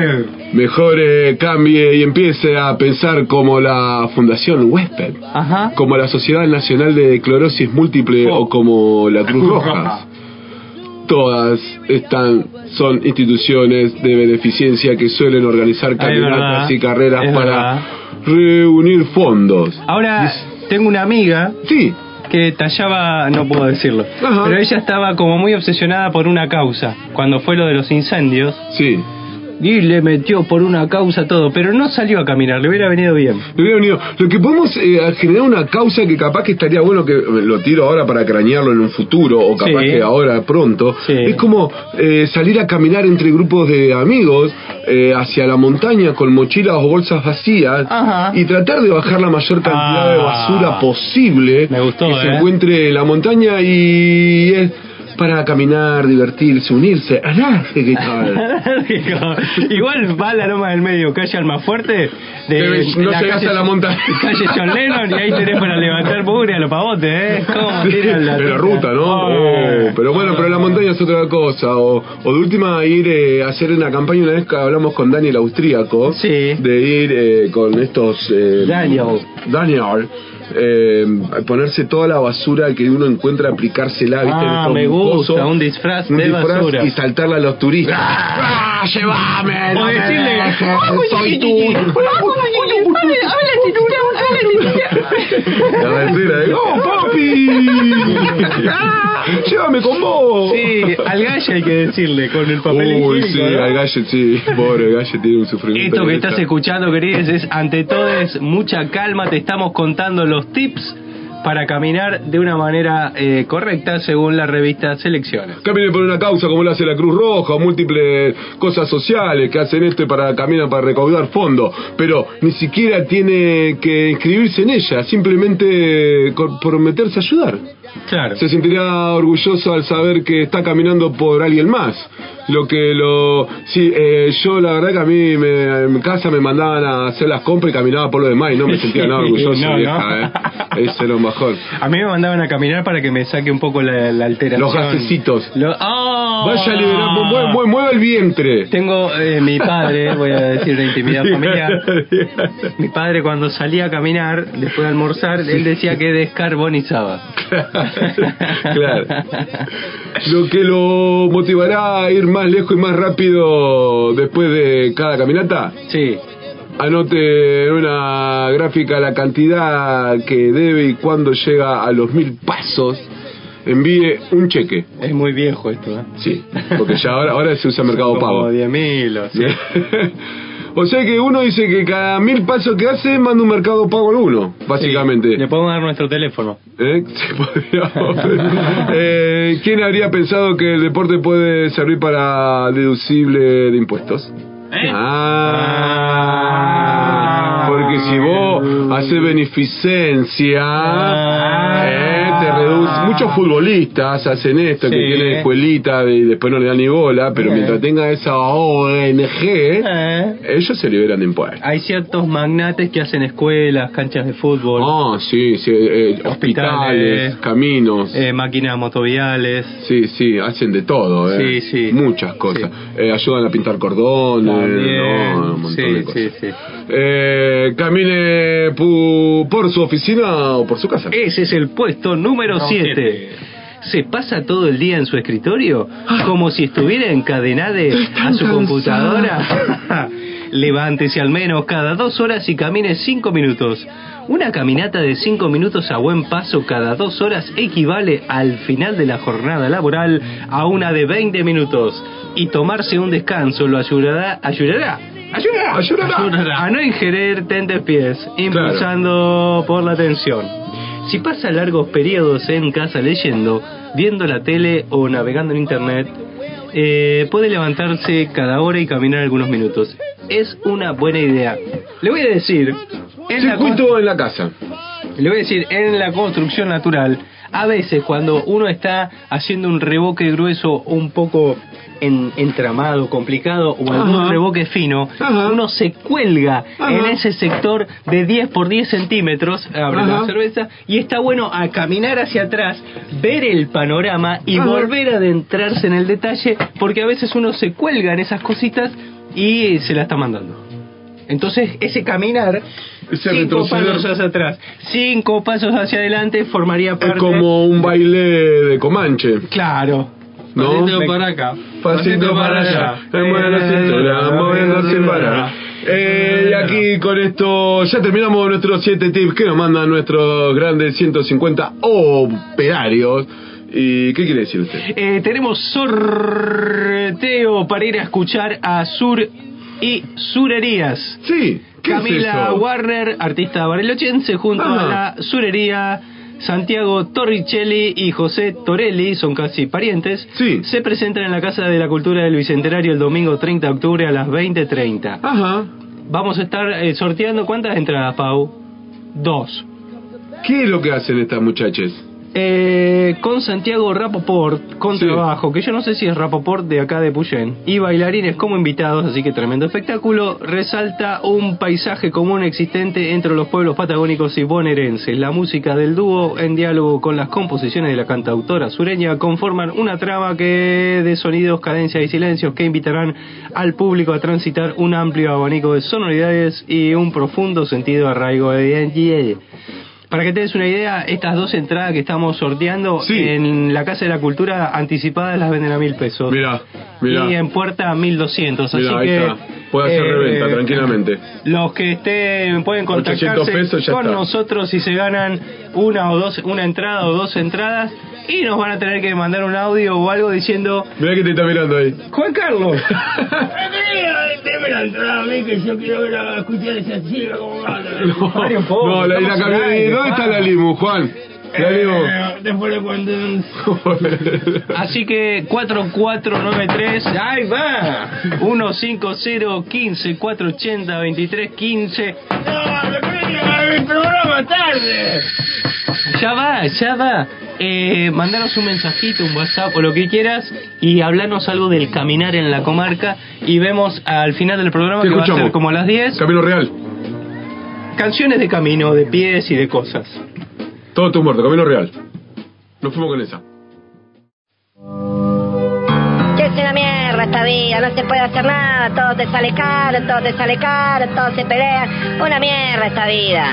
mejor eh, cambie y empiece a pensar como la Fundación Huésped, Ajá. como la Sociedad Nacional de Clorosis Múltiple oh. o como la Cruz Roja. Todas están, son instituciones de beneficencia que suelen organizar caminatas y carreras es para verdad. reunir fondos. Ahora, tengo una amiga sí. que tallaba, no puedo decirlo, Ajá. pero ella estaba como muy obsesionada por una causa, cuando fue lo de los incendios. Sí. Y le metió por una causa todo, pero no salió a caminar, le hubiera venido bien. Le hubiera venido. Lo que podemos eh, generar una causa que capaz que estaría bueno que lo tiro ahora para cranearlo en un futuro, o capaz sí. que ahora pronto, sí. es como eh, salir a caminar entre grupos de amigos eh, hacia la montaña con mochilas o bolsas vacías Ajá. y tratar de bajar la mayor cantidad ah. de basura posible Me gustó, que eh. se encuentre en la montaña y es para caminar, divertirse, unirse. ¿Qué tal? Igual va a la loma del medio, calle al más fuerte. De, de no la llegas calle, a la montaña. Calle John Lennon y ahí tenés para levantar mugre a los pavotes, ¿eh? ¿Cómo tiran la Pero ruta, ¿no? Oh, oh, pero bueno, pero la montaña es otra cosa. O, o de última ir eh, a hacer una campaña, una vez que hablamos con Daniel Austríaco. Sí. De ir eh, con estos... Eh, Daniel. Daniel. Eh, ponerse toda la basura que uno encuentra, aplicársela, ¿viste? Ah, me gusta, coso, un disfraz un de disfraz basura y saltarla a los turistas. ¡Ah! ¡Llévame! O decirle, soy tú. La tercera de ¡oh, papi! ¡Llévame con vos! Sí, al Galle hay que decirle, con el papel Uy, higiénico, sí, ¿no? al Galle, sí. Pobre Galle tiene un sufrimiento. Esto que estás escuchando, queridos, es ante todo es mucha calma. Te estamos contando los tips para caminar de una manera eh, correcta según la revista Selecciones. Camine por una causa como lo hace la Cruz Roja o múltiples cosas sociales que hacen esto para caminar para recaudar fondos, pero ni siquiera tiene que inscribirse en ella, simplemente prometerse a ayudar. Claro. Se sentiría orgulloso al saber que está caminando por alguien más. Lo que lo... Sí, eh, yo la verdad que a mí me, en mi casa me mandaban a hacer las compras y caminaba por lo demás y no me sentía nada orgulloso, no, vieja, no. ¿eh? Ese era un bajón. A mí me mandaban a caminar para que me saque un poco la, la alteración. Los gasecitos. Lo... ¡Oh! Vaya a liberar, mueve, mueve, mueve el vientre. Tengo eh, mi padre, voy a decir de intimidad familiar. Mi padre cuando salía a caminar, después de almorzar, sí. él decía que descarbonizaba. Claro. Lo que lo motivará a ir más lejos y más rápido después de cada caminata. Sí. Anote en una gráfica la cantidad que debe y cuando llega a los mil pasos envíe un cheque. Es muy viejo esto, ¿eh? Sí, porque ya ahora, ahora se usa Mercado como Pago. Como diez mil o sí. O sea que uno dice que cada mil pasos que hace manda un Mercado Pago alguno, básicamente. Sí, le podemos dar nuestro teléfono. ¿Eh? Sí, eh, ¿Quién habría pensado que el deporte puede servir para deducible de impuestos? ¿Eh? Ah, porque si vos haces beneficencia, ah, eh, te reduce. Muchos futbolistas hacen esto, sí. que tienen escuelita y después no le dan ni bola, pero eh. mientras tenga esa O N G, eh. ellos se liberan de impuestos. Hay ciertos magnates que hacen escuelas, canchas de fútbol. Ah, sí, sí eh, hospitales, caminos, eh, máquinas motoviales. Sí, sí, hacen de todo, eh. Sí, sí. Muchas cosas. Sí. Eh, ayudan a pintar cordones. No, un montón sí, de cosas. Sí, sí. Eh, camine pu, por su oficina o por su casa. Ese es el puesto número siete. ¿Se pasa todo el día en su escritorio? Como si estuviera encadenado a su computadora. Levántese al menos cada dos horas y camine cinco minutos. Una caminata de cinco minutos a buen paso cada dos horas equivale al final de la jornada laboral a una de veinte minutos. Y tomarse un descanso lo ayudará, ayudará, ayudará, ayudará, ayudará a no ingerir tentepiés, impulsando claro. por la tensión. Si pasa largos periodos en casa leyendo, viendo la tele o navegando en internet, eh, puede levantarse cada hora y caminar algunos minutos. Es una buena idea. Le voy a decir... En Circuito la, en la casa. Le voy a decir, en la construcción natural, a veces cuando uno está haciendo un revoque grueso un poco en, entramado, complicado, o algún Ajá. revoque fino, Ajá. uno se cuelga Ajá. en ese sector de diez por diez centímetros, abre Ajá. la cerveza, y está bueno a caminar hacia atrás, ver el panorama y Ajá. volver a adentrarse en el detalle, porque a veces uno se cuelga en esas cositas y se la está mandando. Entonces, ese caminar, ese cinco retroceder, pasos hacia atrás, cinco pasos hacia adelante, formaría parte... es como un baile de Comanche. Claro. ¿No? Pasito para acá. Pasito para allá. Mueve la cintura, moviendo sin parar. Eh, y aquí con esto ya terminamos nuestros siete tips que nos mandan nuestros grandes ciento cincuenta operarios. ¿Y qué quiere decir usted? Eh, tenemos sorteo para ir a escuchar a Sur y Surerías. Sí, ¿qué Camila es eso? Warner, artista barilochense, junto Ajá. a la Surería Santiago Torricelli y José Torelli, son casi parientes, sí. se presentan en la Casa de la Cultura del Bicentenario el domingo treinta de octubre a las veinte treinta. Ajá. Vamos a estar eh, sorteando, ¿cuántas entradas, Pau? Dos. ¿Qué es lo que hacen estas muchachas? Eh, con Santiago Rapoport, con Sí. trabajo, que yo no sé si es Rapoport de acá de Puyén, y bailarines como invitados, así que tremendo espectáculo. Resalta un paisaje común existente entre los pueblos patagónicos y bonaerenses. La música del dúo, en diálogo con las composiciones de la cantautora sureña, conforman una trama que de sonidos, cadencias y silencios que invitarán al público a transitar un amplio abanico de sonoridades y un profundo sentido de arraigo de identidad. Para que te des una idea, estas dos entradas que estamos sorteando, sí. en la Casa de la Cultura anticipadas las venden a mil pesos. Mirá, mirá. Y en puerta a mil doscientos. Mirá, así ahí que está. Puede hacer eh, reventa tranquilamente. Los que estén pueden contactarse pesos, ya con está. nosotros si se ganan una o dos, una entrada o dos entradas, y nos van a tener que mandar un audio o algo diciendo: Mirá que te está mirando ahí. Juan Carlos. Deme la entrada a mí, que yo quiero ver a escuchar esa chica como habla. No, Mario, poco, no, la, y la estamos al camioneta. aire, ¿Dónde está Juan. la limu, Juan? La limu. Eh, después le cuento. Así que cuatro cuatro nueve tres, ahí va, uno cinco cero uno cinco cuatro ocho cero dos tres uno cinco. No, lo que venga a mi programa tarde. Ya va, ya va. Eh, mandanos un mensajito, un WhatsApp o lo que quieras y hablarnos algo del caminar en la comarca, y vemos al final del programa, Te que escuchamos. va a ser como a las diez, Camino Real. canciones de camino, de pies y de cosas. Todo tu muerto, Camino Real. Nos fuimos con esa. Que es una mierda esta vida, no se puede hacer nada, todo te sale caro, todo te sale caro, todo se pelea, una mierda esta vida.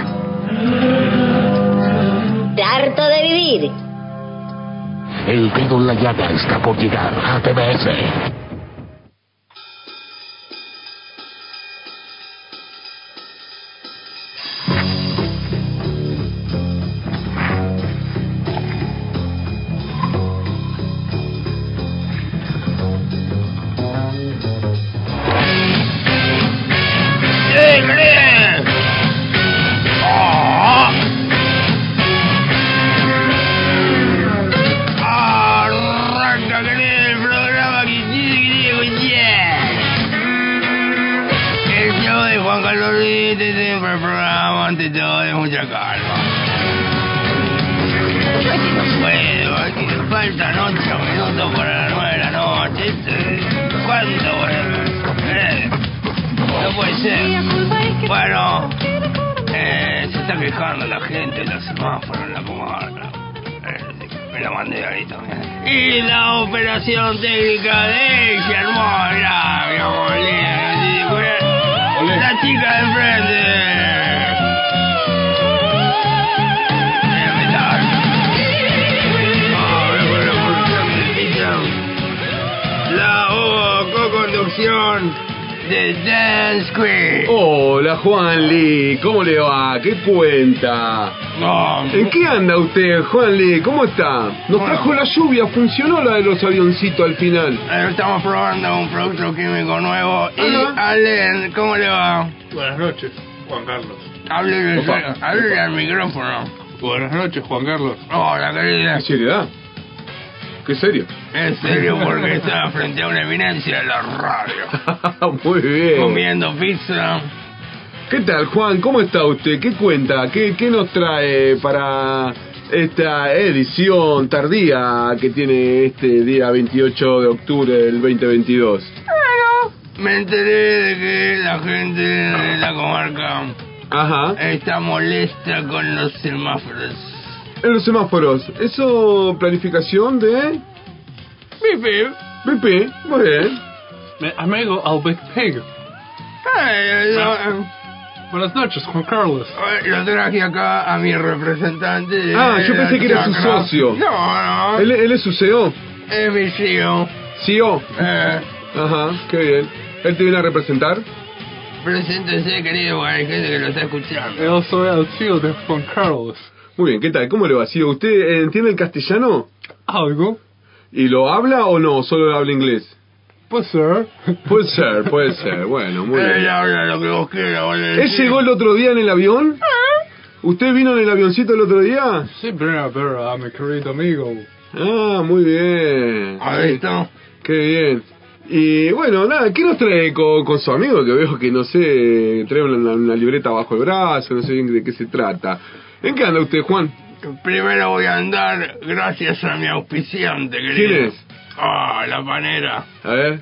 Te harto de vivir. El dedo en la llaga está por llegar a T B S. ¡Eh, María! ¡Oh! Arranca con el programa que tiene que escuchar. El show de Juan Carlos Ruiz, siempre el programa ante todo de mucha calma. No puedo, aquí faltan ocho minutos para las nueve de la noche. ¿Cuánto? Eh, no puede ser. Bueno, eh, se está quejando la gente de los semáforos en la comarca. Eh, me la mandé ahí también. Y la operación técnica de ella, hermosa, mi amor, la chica de enfrente. La O co-conducción de Dance Queen. Hola, Juan Lee. ¿Cómo le va? ¿Qué cuenta? No, ¿En qué anda usted, Juan Lee? ¿Cómo está? Nos Bueno. trajo la lluvia. ¿Funcionó la de los avioncitos al final? eh, estamos probando un producto químico nuevo. Y Ajá. Alen, ¿cómo le va? Buenas noches, Juan Carlos. Hable, Opa. hable al micrófono. Buenas noches, Juan Carlos. Hola, querida. ¿Qué seriedad? ¿Qué serio? En serio, porque estaba frente a una eminencia de la radio. Muy bien. Comiendo pizza. ¿Qué tal, Juan? ¿Cómo está usted? ¿Qué cuenta? ¿Qué, qué nos trae para esta edición tardía que tiene este día veintiocho de octubre del veinte veintidós? Me enteré de que la gente de la comarca Ajá. está molesta con los semáforos. En los semáforos, ¿eso planificación de Pipi, B P? Muy bien. Mi amigo al Big Pig. Eh, yo, Buenas noches, Juan Carlos. eh, lo traje acá a mi representante. de Ah, yo la pensé que era su chacra. socio. No, no. Él, él es su C E O. Es mi C E O. C E O. Eh, Ajá, qué bien. ¿Él te viene a representar? preséntese, querido, porque hay gente que lo está escuchando. Yo soy el tío de Juan Carlos. Muy bien, ¿qué tal? ¿Cómo le va? ¿Sí? ¿Usted eh, entiende el castellano? ¿Algo? ¿Y lo habla o no? ¿Solo habla inglés? Puede ser. Puede ser, puede ser. Bueno, muy Él bien. habla lo que vos quieras, boludo. ¿Él llegó el otro día en el avión? ¿Usted vino en el avioncito el otro día? Sí, vine a ver a mi querido amigo. Ah, muy bien. Ahí está. Qué bien. Y bueno, nada, ¿qué nos trae con, con su amigo? Que veo que, no sé, trae una, una libreta bajo el brazo, no sé bien de qué se trata. ¿En qué anda usted, Juan? Primero voy a andar gracias a mi auspiciante, querido. ¿Quién es? Ah, la panera. A ver.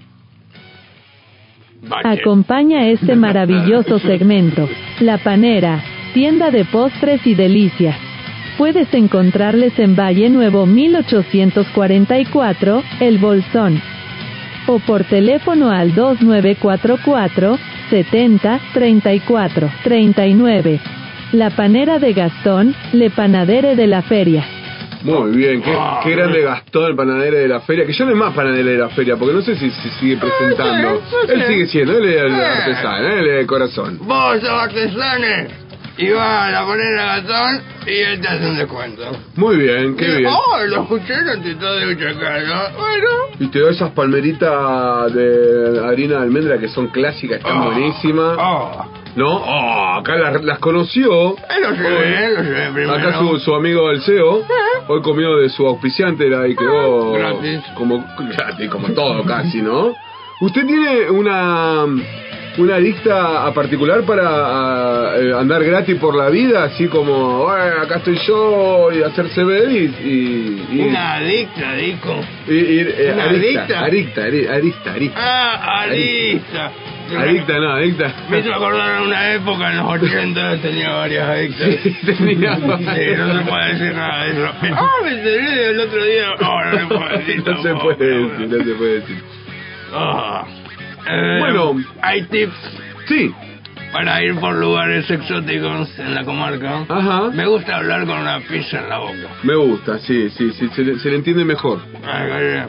Bache. Acompaña este maravilloso segmento, La Panera, tienda de postres y delicias. Puedes encontrarles en Valle Nuevo mil ochocientos cuarenta y cuatro, El Bolsón. O por teléfono al dos nueve cuatro cuatro, setenta, treinta y cuatro, treinta y nueve. La Panera de Gastón, Le Panadere de la Feria. Muy bien, qué, qué grande Gastón, el panadero de la feria, que ya no es más panadero de la feria, porque no sé si se sigue presentando. no sé. Él sigue siendo, él es el Eh. artesano, él es el corazón. Vos sos artesano y vas a la panera Gastón y él te hace un descuento. Muy bien, qué Y- bien. Oh, lo escuché ante todo de Chacala. Bueno. Y te doy esas palmeritas de harina de almendra que son clásicas, están Oh, buenísimas. Oh. ¿No? Oh, acá las, las conoció. Él lo llevé, lo llevé primero. Acá su, su amigo el C E O, hoy comió de su auspiciante era, y quedó Gratis. como gratis, como todo casi, ¿no? ¿Usted tiene una una adicta a particular para a, eh, andar gratis por la vida, así como, bueno, acá estoy yo y hacerse ver y y, y, Una adicta, dijo. y- y, eh, ¿Una adicta, adicta? adicta, ari- adicta, adicta, Ah, adicta. adicta, no, adicta. Me hizo acordar en una época, en los ochenta, tenía varias adictas. Sí, tenía Sí, no se puede decir nada de eso. Ah, me enteré el otro día. Oh, no se puede decir. No se tampoco. puede decir, no se puede decir. Ah. Eh, Bueno. hay tips Sí. para ir por lugares exóticos en la comarca. Ajá. Me gusta hablar con una pizza en la boca. Me gusta, sí, sí, sí, se le, se le entiende mejor. Ay, ay,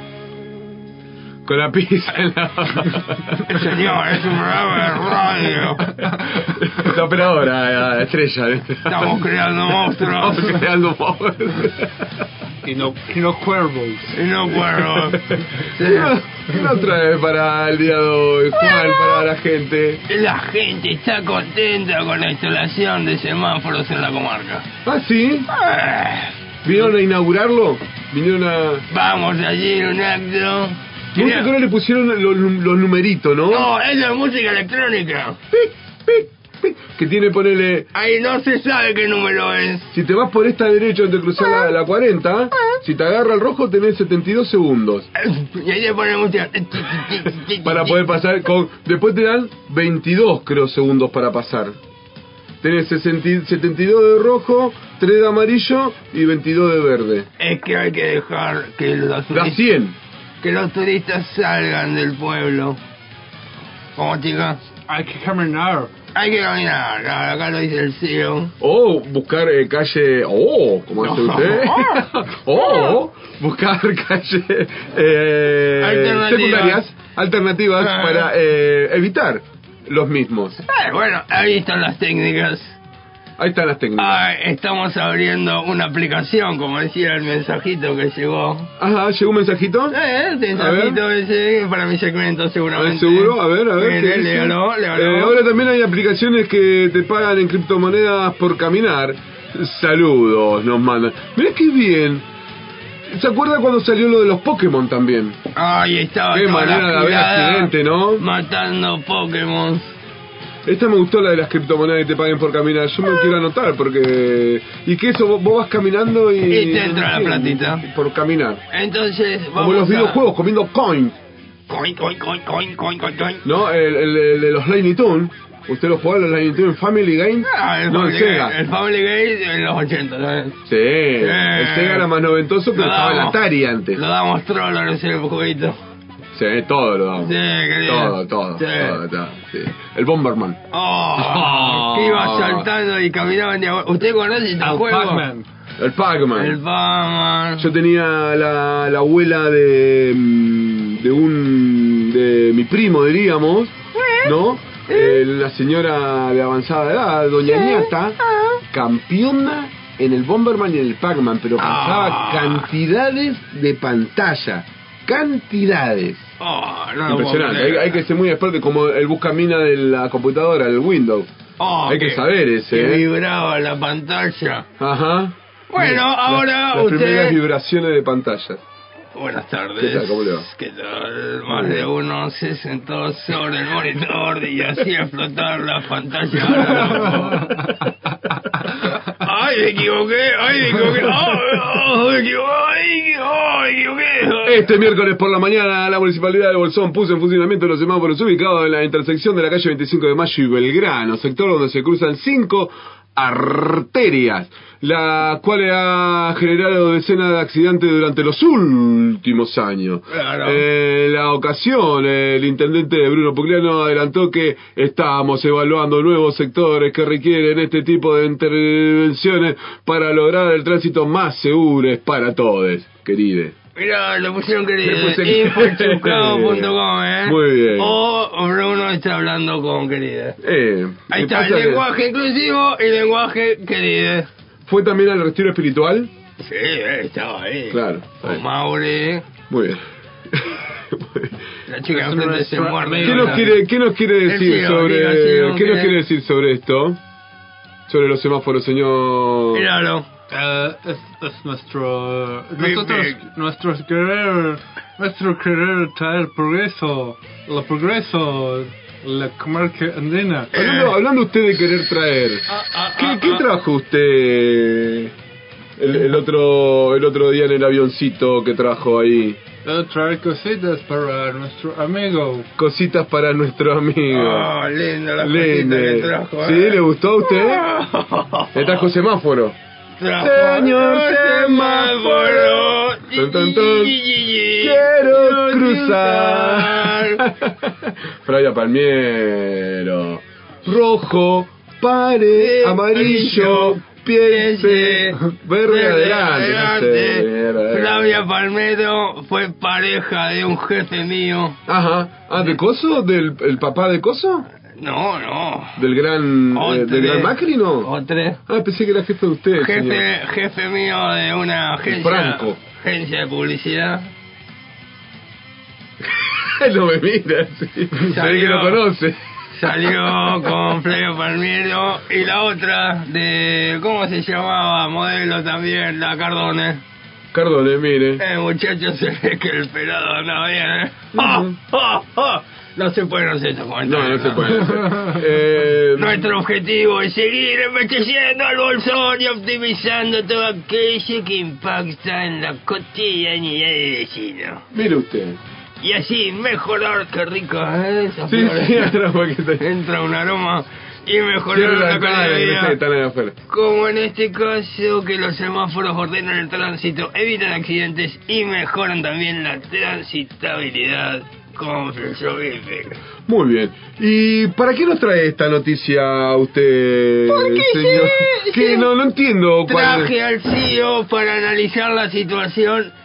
Con la pizza en la... ay. Señor, es un programa de radio. La operadora, la estrella. Estamos creando monstruos. Estamos creando monstruos. Y no, y no cuervos. Y no puedo. Sí. ¿Qué nos trae para el día de hoy, Juan, para la gente? La gente está contenta con la instalación de semáforos en la comarca. ¿Ah, sí? Ah, ¿Vinieron a inaugurarlo? ¿Vinieron a...? Vamos allí en un acto. Me gusta que ahora le pusieron los, los numeritos, ¿no? No, eso es música electrónica. Pic, pic, pic. Que tiene, ponele... Ahí no se sabe qué número es. Si te vas por esta derecha donde cruzar la, la cuarenta, si te agarra el rojo tenés setenta y dos segundos. Y ahí te pone música. Para poder pasar con... Después te dan veintidós, creo, segundos para pasar. Tenés sesenta, setenta y dos de rojo, tres de amarillo y veintidós de verde. Es que hay que dejar que los Da turistas, cien. que los turistas salgan del pueblo. ¿Cómo, chica? Hay que caminar. Hay que caminar. Acá acá lo dice el C E O. O buscar eh, calle... Oh, ¿cómo hace No. usted? O buscar calle... Eh, Alternativas. secundarias, alternativas Ah. para eh, evitar los mismos. Eh, bueno, ahí están las técnicas. Ahí están las técnicas. Ah, estamos abriendo una aplicación, como decía el mensajito que llegó. Ajá, ¿llegó un mensajito? Eh, el mensajito ese para mi segmento A ver, seguramente. seguro, a ver, a ver. Mire, ¿qué dice? léalo, léalo. Eh, ahora también hay aplicaciones que te pagan en criptomonedas por caminar. Saludos, nos mandan. Mirá qué bien. ¿Se acuerda cuando salió lo de los Pokémon también? Ay, estaba Qué toda manera de la haber girada accidente, ¿no? Matando Pokémon. Esta me gustó, la de las criptomonedas que te paguen por caminar. Yo me quiero anotar porque... ¿Y qué eso? Vos, vos vas caminando y... Y te entra la Sí, platita. Por caminar. Entonces, vamos Como los a... videojuegos, comiendo coin. Coin, coin, coin, coin, coin, coin, coin. ¿No? El, el- el de los Looney Tunes. ¿Usted los jugaba los Looney Tunes Family Game? Ah, el no, Family el Sega. Game, el Family Game en los ochenta, ¿sabes? Sí, el Sega era más noventoso, pero Lo estaba el damos. Atari antes. Lo damos troll ese jueguito. Sí, todo lo damos. Sí, querido. Todo, todo, Sí. todo, todo, sí. El Bomberman. Oh, que iba saltando y caminaba en diagonal. ¿Usted conoce este juego? Pac-Man. El Pac-Man. El Pac-Man. Yo tenía la, la abuela de mm, de un de mi primo, diríamos, ¿no? Eh, la señora de avanzada edad, doña Niata, campeona en el Bomberman y en el Pac-Man, pero pasaba Ah. cantidades de pantalla, cantidades. Oh, no lo puedo Impresionante, hay, creer. hay que ser muy experto, como el buscamina de la computadora, el Windows. Oh, hay que que- saber ese, que ¿eh? vibraba la pantalla. Ajá. Bueno, Las- ahora las usted... primeras vibraciones de pantalla. Buenas tardes. ¿Qué tal? ¿Cómo le va? ¿Qué tal? Más de uno se sentó sobre el monitor y hacía explotar la pantalla. ¡Ay, me equivoqué! ¡Ay, me equivoqué! ¡Oh, me equivoqué! ¡Ay, oh, me equivoqué! Este miércoles por la mañana la Municipalidad de Bolsón puso en funcionamiento los semáforos ubicados en la intersección de la calle veinticinco de Mayo y Belgrano, sector donde se cruzan cinco arterias, la cual ha generado decenas de accidentes durante los últimos años. Claro. En la ocasión, el intendente Bruno Pugliano adelantó que estamos evaluando nuevos sectores que requieren este tipo de intervenciones para lograr el tránsito más seguro para todos, querides. Mirá, lo pusieron querido. Le puse- info chucado punto com, ¿eh? Muy bien. O Bruno está hablando con querida. Eh, Ahí me está, pasa que lenguaje inclusivo y lenguaje querido. ¿Fue también al retiro espiritual? Sí, eh, estaba ahí. Claro. Con Mauri. Muy bien. La chica Es enfrente una- se muerde. ¿Qué nos quiere, qué nos quiere El decir cielo, sobre diga, el cielo, qué nos ¿qué? quiere decir sobre esto? Sobre los semáforos, señor. Míralo. Eh, es, es nuestro Big, nosotros big. nuestro querer nuestro querer traer progreso el progreso la comarca andina. Hablando, hablando usted de querer traer, ah, ¿qué, ah, qué ah. trajo usted el, el otro el otro día en el avioncito que trajo ahí? Eh, traer cositas para nuestro amigo. Cositas para nuestro amigo. Oh, linda la Lindo. cosita que trajo. ¿Sí? eh. ¿Le gustó a usted? Le trajo semáforo. Trajo Señor semáforo, Tan, tan, tan. Quiero cruzar. Fraya Palmiero. Rojo, pare, amarillo, piense, verde adelante. No sé, verde. Flavia Palmero fue pareja de un jefe mío. Ajá. Ah, ¿de Coso? ¿Del el papá de Coso? No, no. ¿Del gran, eh, del gran Macri, no? Otra. Ah, pensé que era jefe de usted, Jefe, señor. jefe mío de una agencia. Franco. Agencia de publicidad. No me mira, sí. Se ve que lo conoce. Salió con Flavio Palmiero y la otra de, ¿cómo se llamaba? Modelo también, la Cardone. Cardone, mire. Eh, muchachos, se ve que el pelado andaba bien, ¿eh? ¡Ah! ¡Ah! ¡Ah! No se pueden hacer esos No, comentarios. no se puede hacer. Eh, Nuestro objetivo es seguir envejeciendo al bolsón y optimizando todo aquello que impacta en la cotidianidad del vecino. Mire usted. Y así mejorar, qué rico, ¿eh? Esas Sí, flores. sí, entra un poquito. Entra un aroma y mejorar Cierra la la cara, calidad de que vida. están ahí afuera. Como en este caso, que los semáforos ordenan el tránsito, evitan accidentes y mejoran también la transitabilidad. Como Muy bien. ¿Y para qué nos trae esta noticia usted, Porque señor? sí, Que sí. no, no entiendo cuál Traje al C E O para analizar la situación del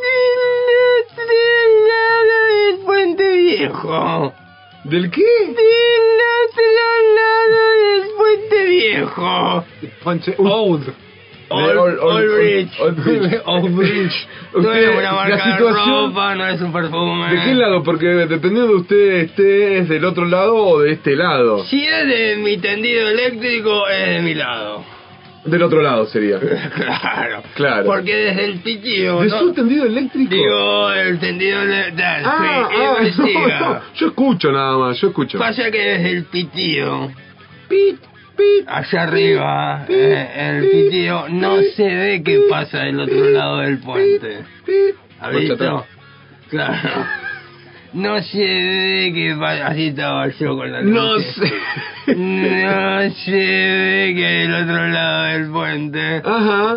lado del puente viejo. ¿Del qué? Del otro lado del puente viejo. Ponche old. Old, Old- Old- Old Bridge. Old Bridge. Old Bridge. No Usted, es una marca la de situación- ropa, no es un perfume. ¿De qué lado? Porque dependiendo de usted esté es del otro lado o de este lado. Si es de mi tendido eléctrico, es de mi lado. Del otro lado sería. Claro. Claro. Porque desde el pitillo, ¿De ¿no? su tendido eléctrico? Digo, el tendido eléctrico. Ah, ah, investiga. no, no, yo escucho nada más, yo escucho. Pasa que desde el pitillo, Pit, pit, allá arriba, pit, eh, en el pit, pitillo, no pit, se ve qué pit, pasa del otro pit, lado del puente. pit. ¿Ha Marcha visto? atrás. Claro. No se ve que pasa. Así estaba yo con la No noche. sé. No se ve que del otro lado del puente. Ajá.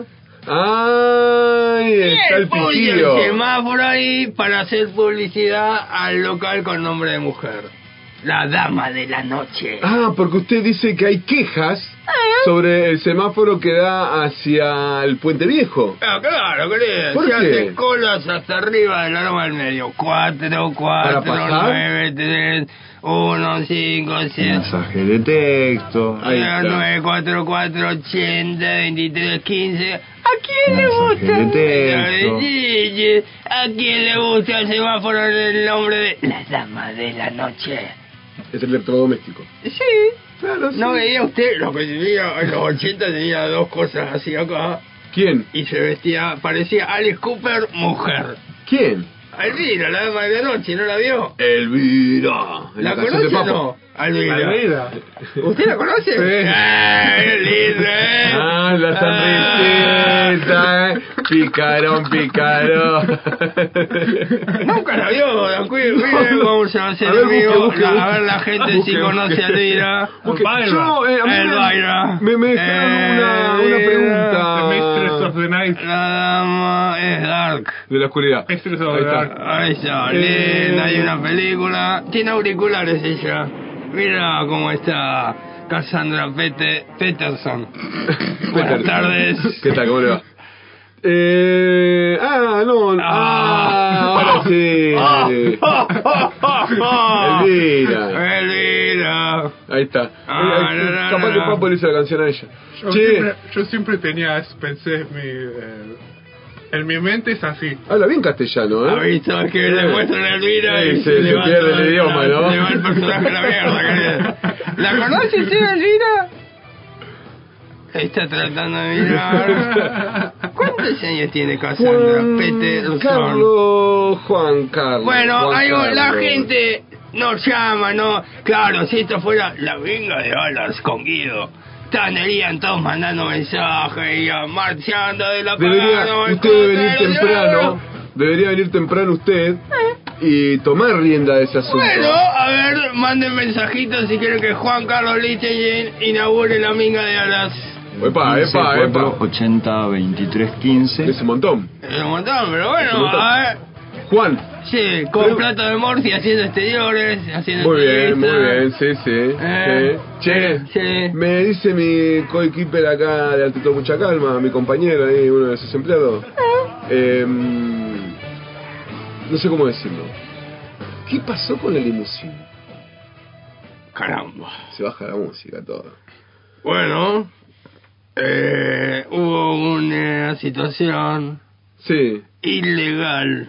¡Ay! Está el puso pitillo. el semáforo ahí para hacer publicidad al local con nombre de mujer. La dama de la noche. Ah, porque usted dice que hay quejas sobre el semáforo que da hacia el Puente Viejo. Ah, claro, querido. ¿Por Se qué? hacen colas hasta arriba de la loma del medio. Cuatro, cuatro, pasar? nueve, tres, uno, cinco, siete. Mensaje de texto. Ahí está. nueve, cuatro, cuatro, ochenta, veintitrés, quince. ¿A quién le Mensaje gusta? de texto. Sí, sí. ¿A quién le gusta el semáforo en el nombre de la dama de la noche? Es electrodoméstico. Sí. Claro, sí. ¿No veía usted lo que tenía en los ochenta? Tenía dos cosas así acá. ¿Quién? Y se vestía, parecía Alice Cooper, mujer. ¿Quién? Elvira, la dama de la noche, ¿no la vio? Elvira. En ¿La canción conoce de o Papo. no? Elvira. Elvira. ¿Usted la conoce? Sí. ¡Ah, qué linda, eh! Ah, la sonrisita, eh. Picarón, picarón. Nunca la vio, Dan Cui. Mire, vamos a hacer A ver, amigo. busque, busque, La- busque. A ver la gente si Busque, conoce busque. a Elvira. Porque yo, eh, a mí me- Elvira. me, me dejaron una, una Elvira. pregunta The Mistress of the Night. La dama es dark. de la oscuridad. Mistress of Ahí the está. Dark. Ahí está, Eh. linda, hay una película. Tiene auriculares ella. Mira cómo está Cassandra Pete, Peterson. Buenas tardes. ¿Qué tal? ¿Cómo le va? Eh, ah, no. Ah, ahora sí. Elvira. Elvira. Ahí está. Ah, Eh, no, no, capaz no, que no. Papo le hizo la canción a ella. Yo Che, siempre, yo siempre tenía eso, pensé, mi, eh, en mi mente es así. habla bien castellano, ¿Ha ¿eh? visto? Es que le muestran a Elvira Sí, y se- se, se le va pierde todo el idioma, ¿no? Se le va el personaje a la mierda, querido. ¿La conoce usted, Elvira? Está tratando de mirar. ¿Cuántos años tiene Cassandra Juan Peterson? Carlos, Juan Carlos. Bueno, Juan hay un- la Carlos. gente nos llama, ¿no? Claro, si esto fuera la venga de alas con Guido, estarían todos mandando mensajes y a- marchando de la Debería, parada, usted debe venir contra el temprano, diablo. debería venir temprano usted y tomar rienda de ese asunto. Bueno, a ver, manden mensajitos si quieren que Juan Carlos Lichtenstein inaugure la minga de alas. Epa, epa, epa. ochenta, veintitrés, quince. Es un montón. Es un montón, pero bueno, Es un montón. a ver. Juan. Sí, con Pero- plato de morfi haciendo exteriores, haciendo Muy bien, muy entrevistas. bien, sí, sí. Eh, sí. Che, sí. me dice mi coequiper acá de Ante Todo Mucha Calma, mi compañero ahí, uno de sus empleados. Eh, no sé cómo decirlo. ¿Qué pasó con la limusina? Caramba. Se baja la música, todo. Bueno, eh, hubo una situación Sí. ilegal.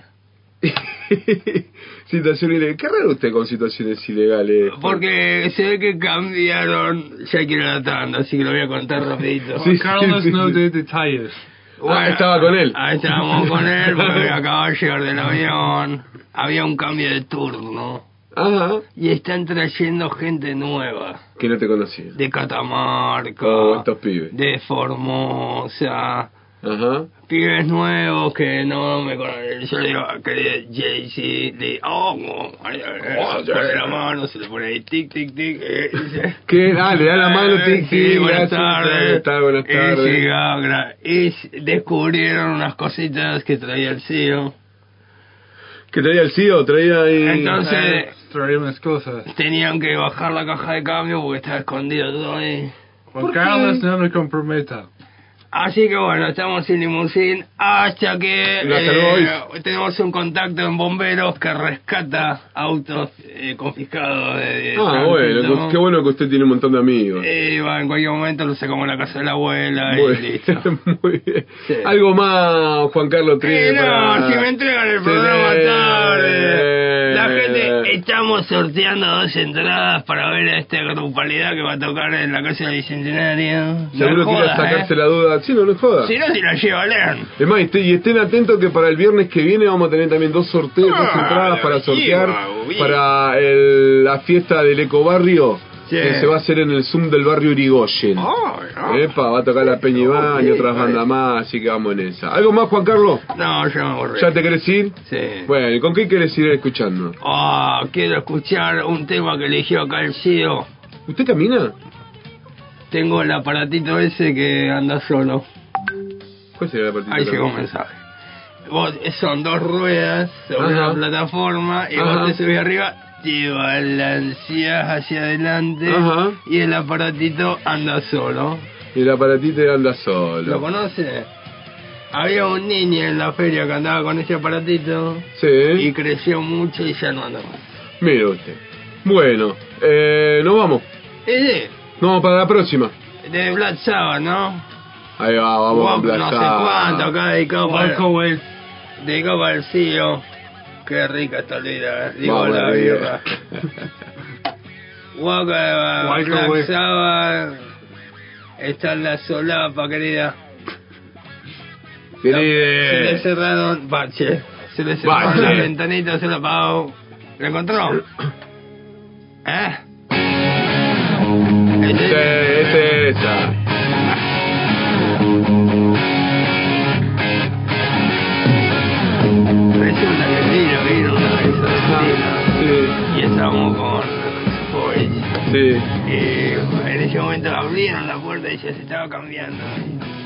Situación ilegal. ¿Qué raro usted con situaciones ilegales? Porque se ve que cambiaron, ya quiero la tanda, así que lo voy a contar rapidito. Sí, Carlos sí, no sí. de detalles. Ah, estaba con él. Ahí estábamos con él porque acababa de llegar del avión. Había un cambio de turno. Ajá. Y están trayendo gente nueva. Que no te conocía. De Catamarca. Oh, estos pibes. De Formosa. Ajá. Pibes nuevos que no me conocen. Yo le digo, que Jay-Z, le oh, oh, ay, ay, ay, Oh, pone yeah. la mano, se le pone ahí, tic, tic, tic. Eh, dice, ¿Qué? Ah, le da la mano, eh, tic, sí, tic, buenas gracias, tardes. buenas tardes, buenas Y tardes. llega, gra- y descubrieron unas cositas que traía el C E O. ¿Que traía el C E O? Traía ahí... Entonces, Traía unas cosas. tenían que bajar la caja de cambio porque estaba escondido todo ahí. Juan Carlos, no me comprometa. Así que bueno, estamos sin limusín hasta que La eh, tenemos un contacto en bomberos que rescata autos eh, confiscados de, de Ah, tránsito. bueno, qué bueno que usted tiene un montón de amigos. Y va, en cualquier momento lo sacamos a la casa de la abuela Muy y listo. bien, muy bien. Sí. Algo más, Juan Carlos Eh, Trigo. no, si me entregan el Sí. programa tarde. La gente, estamos sorteando dos entradas para ver a esta grupalidad que va a tocar en la casa del Bicentenario. Seguro No que quiere jodas, sacarse eh. la duda. Sí, no, no joda. Si no, si la lleva León. Es más, y este- y estén atentos que para el viernes que viene vamos a tener también dos sorteos, dos Ah, entradas la para sortear lleva, bien. para el- la fiesta del Ecobarrio. Sí. Que se va a hacer en el Zoom del barrio Urigoyen. Ay, ay. Epa, va a tocar la Peña Iván y Ok, otras bandas ay. más, así que vamos en esa. ¿Algo más, Juan Carlos? No, ya me aburrí. ¿Ya te querés ir? Sí. Bueno, ¿y con qué querés ir escuchando? Ah, quiero escuchar un tema que eligió acá el C E O. ¿Usted camina? Tengo el aparatito ese que anda solo. ¿Cuál sería la partita? Ahí llegó un mensaje. Vos, son dos ruedas sobre Ajá. una plataforma y Ajá. vos te subís arriba, te balanceás hacia adelante. Ajá. Y el aparatito anda solo. Y el aparatito anda solo. ¿Lo conoce? Había un niño en la feria que andaba con ese aparatito Sí. y creció mucho y ya no anda más. Mire usted. Bueno, eh, nos vamos. Ese, Nos vamos para la próxima. de Black Sabbath, ¿no? Ahí va, vamos Guap, con Black no sé Sabbath. cuánto acá dedicado para, Walk Away. dedicado para el C E O. Qué rica esta vida, eh. Digo Vamos la arriba. birra. Walk, eh, Walk Black Away. Sabbath. Está en la solapa, querida. Se le Querida. cerraron, bache. Se le cerraron Bache. la ventanita, se la apagó. ¿La encontró? ¿Eh? Ese, ese, esa. Resulta que el Tino vino una vez a Argentina Sí, y estábamos con Boris. sí. Y en ese momento abrieron la puerta y ya se estaba cambiando.